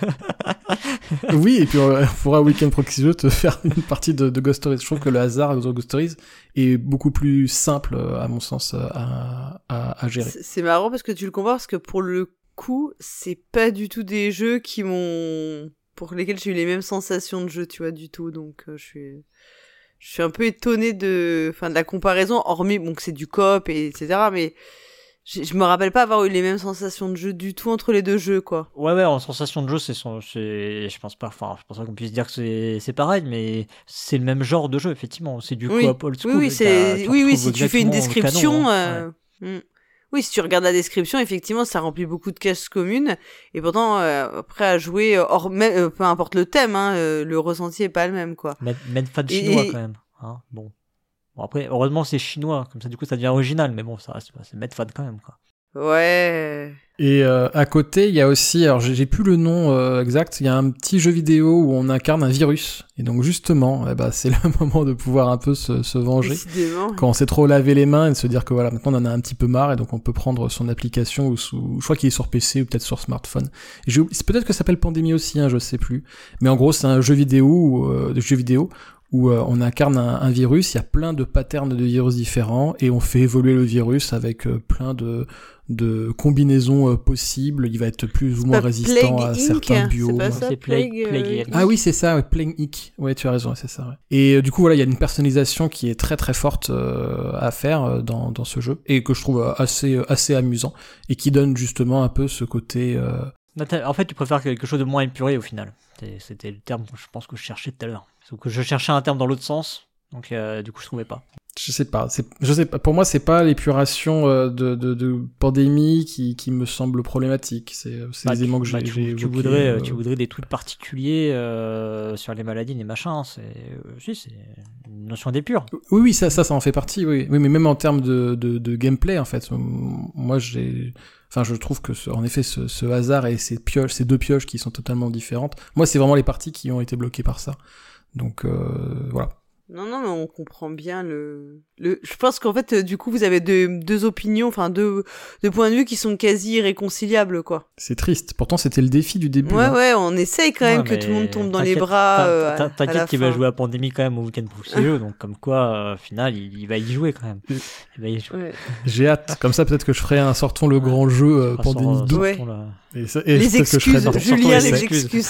Oui, et puis on pourra Weekend Proxy Jeux te faire une partie de, de Ghost Stories. Je trouve que le hasard dans Ghost Stories est beaucoup plus simple, à mon sens, à, à, à gérer. C'est, c'est marrant parce que tu le compares, parce que pour le coup, c'est pas du tout des jeux qui m'ont... pour lesquels j'ai eu les mêmes sensations de jeu, tu vois, du tout. Donc, euh, je suis... Je suis un peu étonnée de, enfin, de la comparaison, hormis, bon, que c'est du coop et etc., mais Je, je me rappelle pas avoir eu les mêmes sensations de jeu du tout entre les deux jeux, quoi. Ouais, ouais, en sensation de jeu, c'est, son, c'est, je pense pas, enfin, je pense pas qu'on puisse dire que c'est, c'est pareil, mais c'est le même genre de jeu, effectivement. C'est du oui. coop old school. Oui, oui, c'est, oui, oui, si tu fais une description, canon, hein. euh... ouais. Oui, si tu regardes la description, effectivement, ça remplit beaucoup de cases communes, et pourtant, euh, après, à jouer, hors, euh, peu importe le thème, hein, euh, le ressenti est pas le même, quoi. Mais, mais fan chinois, et... quand même, hein, bon. Bon, après, heureusement, c'est chinois, comme ça, du coup, ça devient original, mais bon, ça reste, c'est mettre fan quand même, quoi. Ouais. Et euh, à côté, il y a aussi, alors j'ai, j'ai plus le nom euh, exact, il y a un petit jeu vidéo où on incarne un virus. Et donc justement, eh ben, c'est le moment de pouvoir un peu se, se venger. Décidément. Quand on s'est trop lavé les mains et de se dire que voilà, maintenant on en a un petit peu marre et donc on peut prendre son application ou sous, je crois qu'il est sur P C ou peut-être sur smartphone. Et j'ai, c'est peut-être que ça s'appelle Pandémie aussi, hein, je sais plus. Mais en gros, c'est un jeu vidéo, euh, de jeu vidéo où euh, on incarne un, un virus, il y a plein de patterns de virus différents et on fait évoluer le virus avec euh, plein de de combinaisons euh, possibles, il va être plus ou moins résistant à certains biomes. C'est pas ça, c'est Plague, Plague euh... Ah oui, c'est ça, ouais, Plague Inc. Ouais, tu as raison, c'est ça. Ouais. Et euh, du coup, voilà, il y a une personnalisation qui est très très forte euh, à faire euh, dans dans ce jeu et que je trouve assez assez amusant et qui donne justement un peu ce côté. Euh... En fait, tu préfères quelque chose de moins épuré au final. C'était le terme, je pense que je cherchais tout à l'heure. Sauf que je cherchais un terme dans l'autre sens, donc euh, du coup je trouvais pas. Je sais pas, c'est, je sais pas. Pour moi, c'est pas l'épuration euh, de, de, de pandémie qui, qui me semble problématique. C'est, c'est bah, les éléments que bah, j'ai, tu, j'ai tu évoqués, voudrais, euh... tu voudrais des trucs particuliers euh, sur les maladies, les machins. C'est, euh, si, c'est une notion d'épure. Oui, oui, ça, ça, ça en fait partie. Oui, oui, mais même en termes de, de, de gameplay, en fait, moi, j'ai, enfin, je trouve que, ce, en effet, ce, ce hasard et ces pioches, ces deux pioches qui sont totalement différentes. Moi, c'est vraiment les parties qui ont été bloquées par ça. Donc euh, voilà. Non, non, mais on comprend bien le... le... Je pense qu'en fait, du coup, vous avez deux, deux opinions, enfin deux, deux points de vue qui sont quasi irréconciliables, quoi. C'est triste. Pourtant, c'était le défi du début. Ouais, hein. ouais, on essaye quand même ouais, que tout le monde tombe dans les bras. Euh, t'inquiète, t'inquiète qu'il va jouer à Pandémie quand même au week-end pour ces jeux, donc comme quoi, euh, au final, il, il va y jouer quand même. Il va y jouer. Ouais. J'ai hâte. Comme ça, peut-être que je ferai un sortons le grand jeu euh, Pandémie deux. Ouais. La... Et ça, et les excuses, que je Julien, les excuses.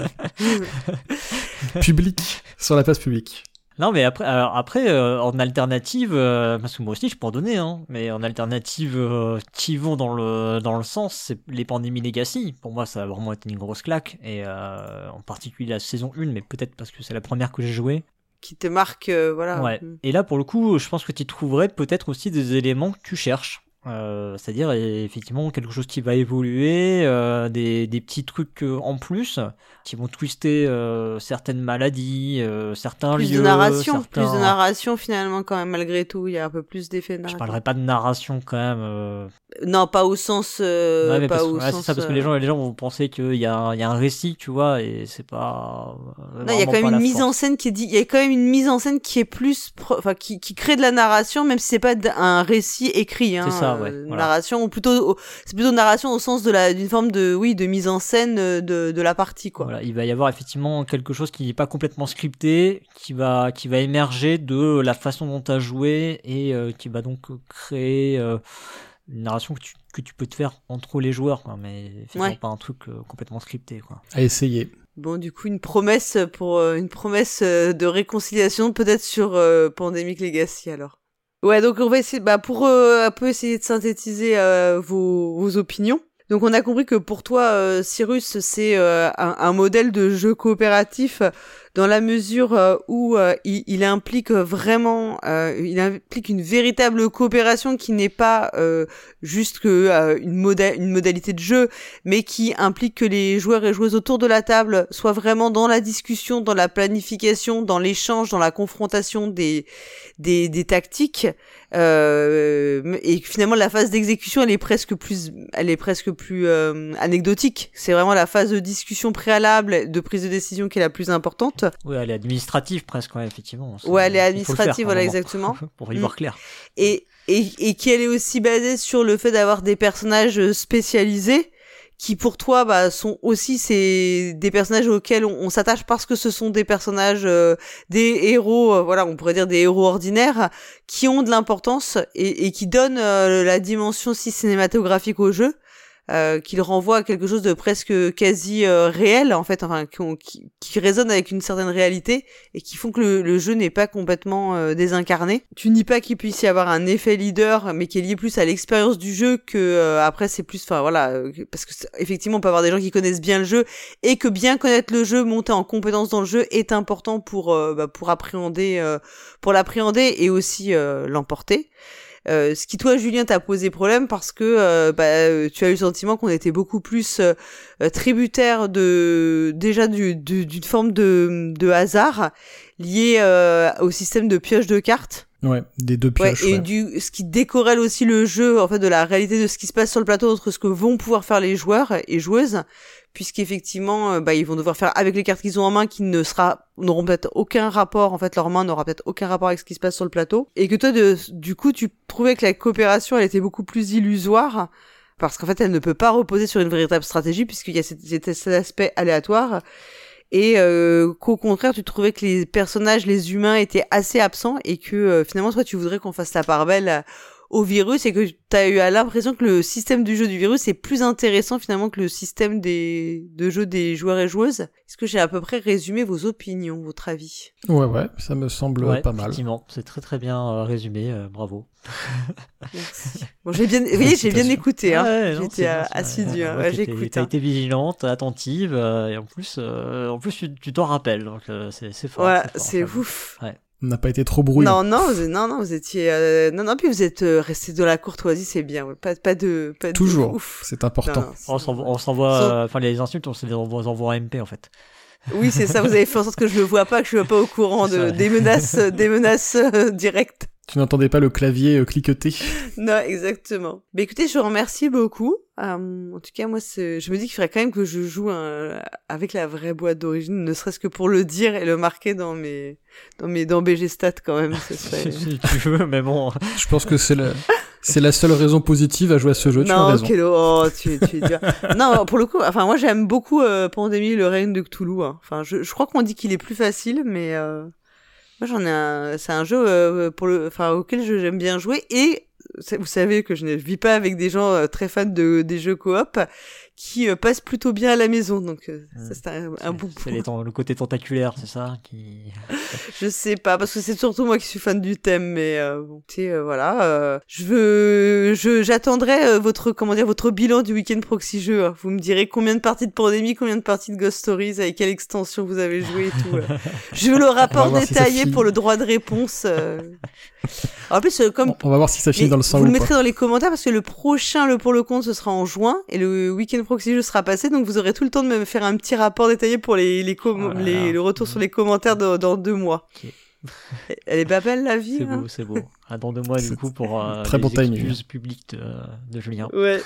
Public, sur la place publique. Non, mais après, alors après euh, en alternative, euh, parce que moi aussi je peux en donner, hein, mais en alternative euh, qui vont dans le dans le sens, c'est les Pandémies Legacy. Pour moi, ça a vraiment été une grosse claque, et euh, en particulier la saison un, mais peut-être parce que c'est la première que j'ai jouée. Qui te marque, euh, voilà. Ouais. Et là, pour le coup, je pense que tu trouverais peut-être aussi des éléments que tu cherches. Euh, c'est-à-dire effectivement quelque chose qui va évoluer, euh, des, des petits trucs euh, en plus qui vont twister euh, certaines maladies, euh, certains plus lieux. De narration, certains... Plus de narration finalement quand même malgré tout, il y a un peu plus d'effet de narration. Je parlerai pas de narration quand même. Euh... Non, pas au sens... Euh, ouais, mais pas parce, au ouais, sens c'est ça, parce que les gens, les gens vont penser qu'il y a, un, il y a un récit, tu vois, et c'est pas... Euh, non, il y a quand même une mise force. en scène qui est dit, il y a quand même une mise en scène qui est plus, pro... enfin, qui, qui crée de la narration, même si c'est pas un récit écrit, hein. C'est ça, ouais. Euh, voilà. Narration, ou plutôt, c'est plutôt narration au sens de la, d'une forme de, oui, de mise en scène de, de la partie, quoi. Voilà, il va y avoir effectivement quelque chose qui n'est pas complètement scripté, qui va, qui va émerger de la façon dont tu as joué et euh, qui va donc créer euh, une narration que tu, que tu peux te faire entre les joueurs, quoi, mais effectivement ouais. pas un truc euh, complètement scripté, quoi. À essayer. Bon, du coup, une promesse pour euh, une promesse euh, de réconciliation peut-être sur euh, Pandemic Legacy alors. Ouais, donc on va essayer, bah pour euh, un peu essayer de synthétiser euh, vos, vos opinions. Donc on a compris que pour toi, euh, Cyrus, c'est euh, un, un modèle de jeu coopératif dans la mesure euh, où euh, il, il implique vraiment, euh, il implique une véritable coopération qui n'est pas euh, juste que euh, une, moda- une modalité de jeu, mais qui implique que les joueurs et joueuses autour de la table soient vraiment dans la discussion, dans la planification, dans l'échange, dans la confrontation des des, des tactiques. Euh, et finalement la phase d'exécution elle est presque plus elle est presque plus euh, anecdotique. C'est vraiment la phase de discussion préalable, de prise de décision qui est la plus importante. Oui, elle est administrative presque, ouais, effectivement. C'est... Ouais, elle est administrative, faire, voilà, exactement. Pour y voir clair. Et, et, et qui elle est aussi basée sur le fait d'avoir des personnages spécialisés qui pour toi bah sont aussi c'est des personnages auxquels on, on s'attache parce que ce sont des personnages euh, des héros euh, voilà on pourrait dire des héros ordinaires qui ont de l'importance et, et qui donnent euh, la dimension si cinématographique au jeu euh, qu'il renvoie à quelque chose de presque quasi euh, réel en fait, enfin qui, qui, qui résonne avec une certaine réalité et qui font que le, le jeu n'est pas complètement euh, désincarné. Tu nie pas qu'il puisse y avoir un effet leader, mais qui est lié plus à l'expérience du jeu que euh, après c'est plus, enfin voilà, euh, parce que effectivement on peut avoir des gens qui connaissent bien le jeu et que bien connaître le jeu, monter en compétence dans le jeu est important pour euh, bah, pour appréhender, euh, pour l'appréhender et aussi euh, l'emporter. Euh, ce qui toi Julien t'a posé problème parce que euh, bah, tu as eu le sentiment qu'on était beaucoup plus euh, tributaire de déjà du, du, d'une forme de, de hasard lié euh, au système de pioche de cartes. Ouais, des deux pioches. Ouais, et ouais. du ce qui décorrèle aussi le jeu en fait de la réalité de ce qui se passe sur le plateau entre ce que vont pouvoir faire les joueurs et joueuses, puisqu'effectivement euh, bah ils vont devoir faire avec les cartes qu'ils ont en main qui ne sera n'auront peut-être aucun rapport en fait leur main n'aura peut-être aucun rapport avec ce qui se passe sur le plateau, et que toi de du coup tu trouvais que la coopération elle était beaucoup plus illusoire parce qu'en fait elle ne peut pas reposer sur une véritable stratégie puisqu'il y a cet, cet aspect aléatoire. Et euh, qu'au contraire, tu trouvais que les personnages, les humains étaient assez absents et que euh, finalement, toi, tu voudrais qu'on fasse la part belle à, au virus et que t'as eu l'impression que le système du jeu du virus est plus intéressant finalement que le système des de jeu des joueurs et joueuses. Est-ce que j'ai à peu près résumé vos opinions, votre avis ? Ouais, ouais, ça me semble ouais, pas mal. Effectivement, c'est très très bien euh, résumé, euh, bravo. Merci. Bon, j'ai bien, vous voyez, j'ai bien écouté, hein. Ouais, non, J'étais euh, assidue, hein. Ouais, j'écoute. T'as hein. été vigilante, attentive, euh, et en plus, euh, en plus tu, tu t'en rappelles, donc euh, c'est, c'est fort. Ouais, c'est, fort, c'est enfin, ouf. Ouais. On n'a pas été trop bruyant. Non, non, vous, non, non, vous étiez, euh, non, non, puis vous êtes euh, resté de la courtoisie, c'est bien. Ouais. Pas, pas de, pas Toujours. De ouf. C'est important. Non, non, c'est... On s'envoie, on s'envoie, enfin les insultes, on se les envoie, on envoie en M P en fait. Oui, c'est ça. Vous avez fait en sorte que je le vois pas, que je sois pas au courant de des menaces, des menaces euh, directes. Tu n'entendais pas le clavier euh, cliqueter. Non, exactement. Mais écoutez, je vous remercie beaucoup. Euh, en tout cas, moi, c'est... je me dis qu'il faudrait quand même que je joue un... avec la vraie boîte d'origine, ne serait-ce que pour le dire et le marquer dans mes, dans mes, dans B G Stats quand même. Ce serait... si tu veux, mais bon. Je pense que c'est la, c'est la seule raison positive à jouer à ce jeu. Tu non, as raison. Ok, oh, tu, tu es dur. Non, pour le coup, enfin, moi, j'aime beaucoup euh, Pandémie, le règne de Cthulhu. Hein. Enfin, je, je crois qu'on dit qu'il est plus facile, mais euh... moi, j'en ai un. C'est un jeu euh, pour le, enfin, auquel je, j'aime bien jouer et vous savez que je ne vis pas avec des gens euh, très fans de des jeux coop qui euh, passent plutôt bien à la maison, donc euh, mmh. ça c'est un, un c'est, bon point. C'est les temps, le côté tentaculaire, c'est ça qui. Je sais pas, parce que c'est surtout moi qui suis fan du thème, mais euh, bon, tu sais, euh, voilà. Euh, je veux, je, j'attendrai euh, votre, comment dire, votre bilan du week-end proxy jeu. Hein. Vous me direz combien de parties de Pandémie, combien de parties de Ghost Stories, avec quelle extension vous avez joué et tout. Euh. Je veux le rapport détaillé si pour le droit de réponse. Euh... En plus, euh, comme on va voir si ça finit dans le sang vous ou le mettrez pas. dans les commentaires parce que le prochain, le pour le compte, ce sera en juin et le week-end proxy jeu sera passé, donc vous aurez tout le temps de me faire un petit rapport détaillé pour les les, com- oh les le retour mmh. sur les commentaires de, dans deux mois. Okay. Elle est pas belle la vie. C'est hein beau, c'est beau. Ah, dans deux mois du coup pour euh, très les bon excuses publiques de, de Julien. Ouais.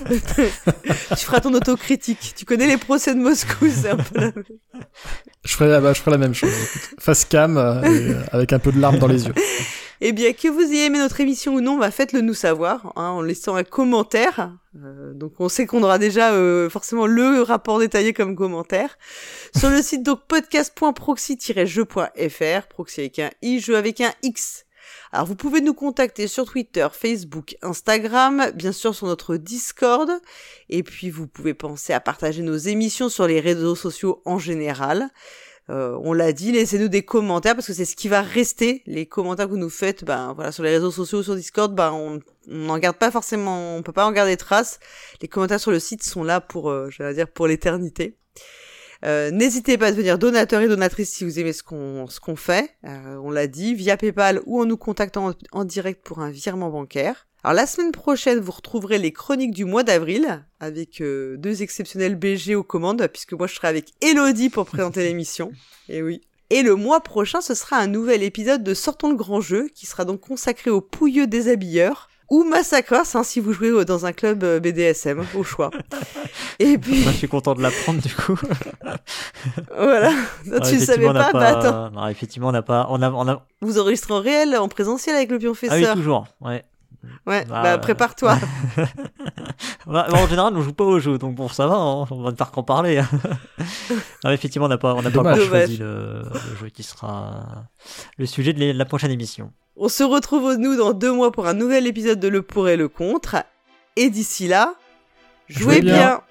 Tu feras ton autocritique. Tu connais les procès de Moscou, c'est un peu la même. Je ferai, bah, je ferai la même chose. Face cam, euh, et, euh, avec un peu de larmes dans les yeux. Eh bien, que vous ayez aimé notre émission ou non, bah, faites-le nous savoir, hein, en laissant un commentaire. Euh, donc, on sait qu'on aura déjà euh, forcément le rapport détaillé comme commentaire. Sur le site, donc, podcast point proxy tiret jeu point f r, proxy avec un i, jeu avec un x. Alors, vous pouvez nous contacter sur Twitter, Facebook, Instagram, bien sûr sur notre Discord. Et puis, vous pouvez penser à partager nos émissions sur les réseaux sociaux en général. Euh, on l'a dit, laissez-nous des commentaires parce que c'est ce qui va rester. Les commentaires que vous nous faites, ben voilà, sur les réseaux sociaux, sur Discord, ben on n'en garde pas forcément, on peut pas en garder trace. Les commentaires sur le site sont là pour, euh, j'allais dire, pour l'éternité. Euh, n'hésitez pas à devenir donateur et donatrice si vous aimez ce qu'on ce qu'on fait. Euh, on l'a dit, via PayPal ou en nous contactant en, en direct pour un virement bancaire. Alors la semaine prochaine, vous retrouverez les chroniques du mois d'avril avec euh, deux exceptionnels B G aux commandes, puisque moi je serai avec Elodie pour présenter l'émission. Et oui. Et le mois prochain, ce sera un nouvel épisode de Sortons le grand jeu, qui sera donc consacré aux pouilleux déshabilleurs, ou Massacres, hein, si vous jouez dans un club B D S M, au choix. Et puis... Moi, je suis content de l'apprendre, du coup. Voilà. Non, tu ne savais pas, pas... Bah attends. Non, effectivement, on n'a pas... On a, on a... Vous enregistrez en réel, en présentiel avec le Pionfesseur. Ah oui, toujours, ouais. Ouais, bah, bah prépare-toi. bah, en général, on joue pas au jeu, donc bon, ça va, hein, on va ne faire qu'en parler. Non, effectivement, on n'a pas, on n'a pas encore choisi le, le jeu qui sera le sujet de la prochaine émission. On se retrouve, nous, dans deux mois pour un nouvel épisode de Le Pour et le Contre. Et d'ici là, Jouez bien. bien.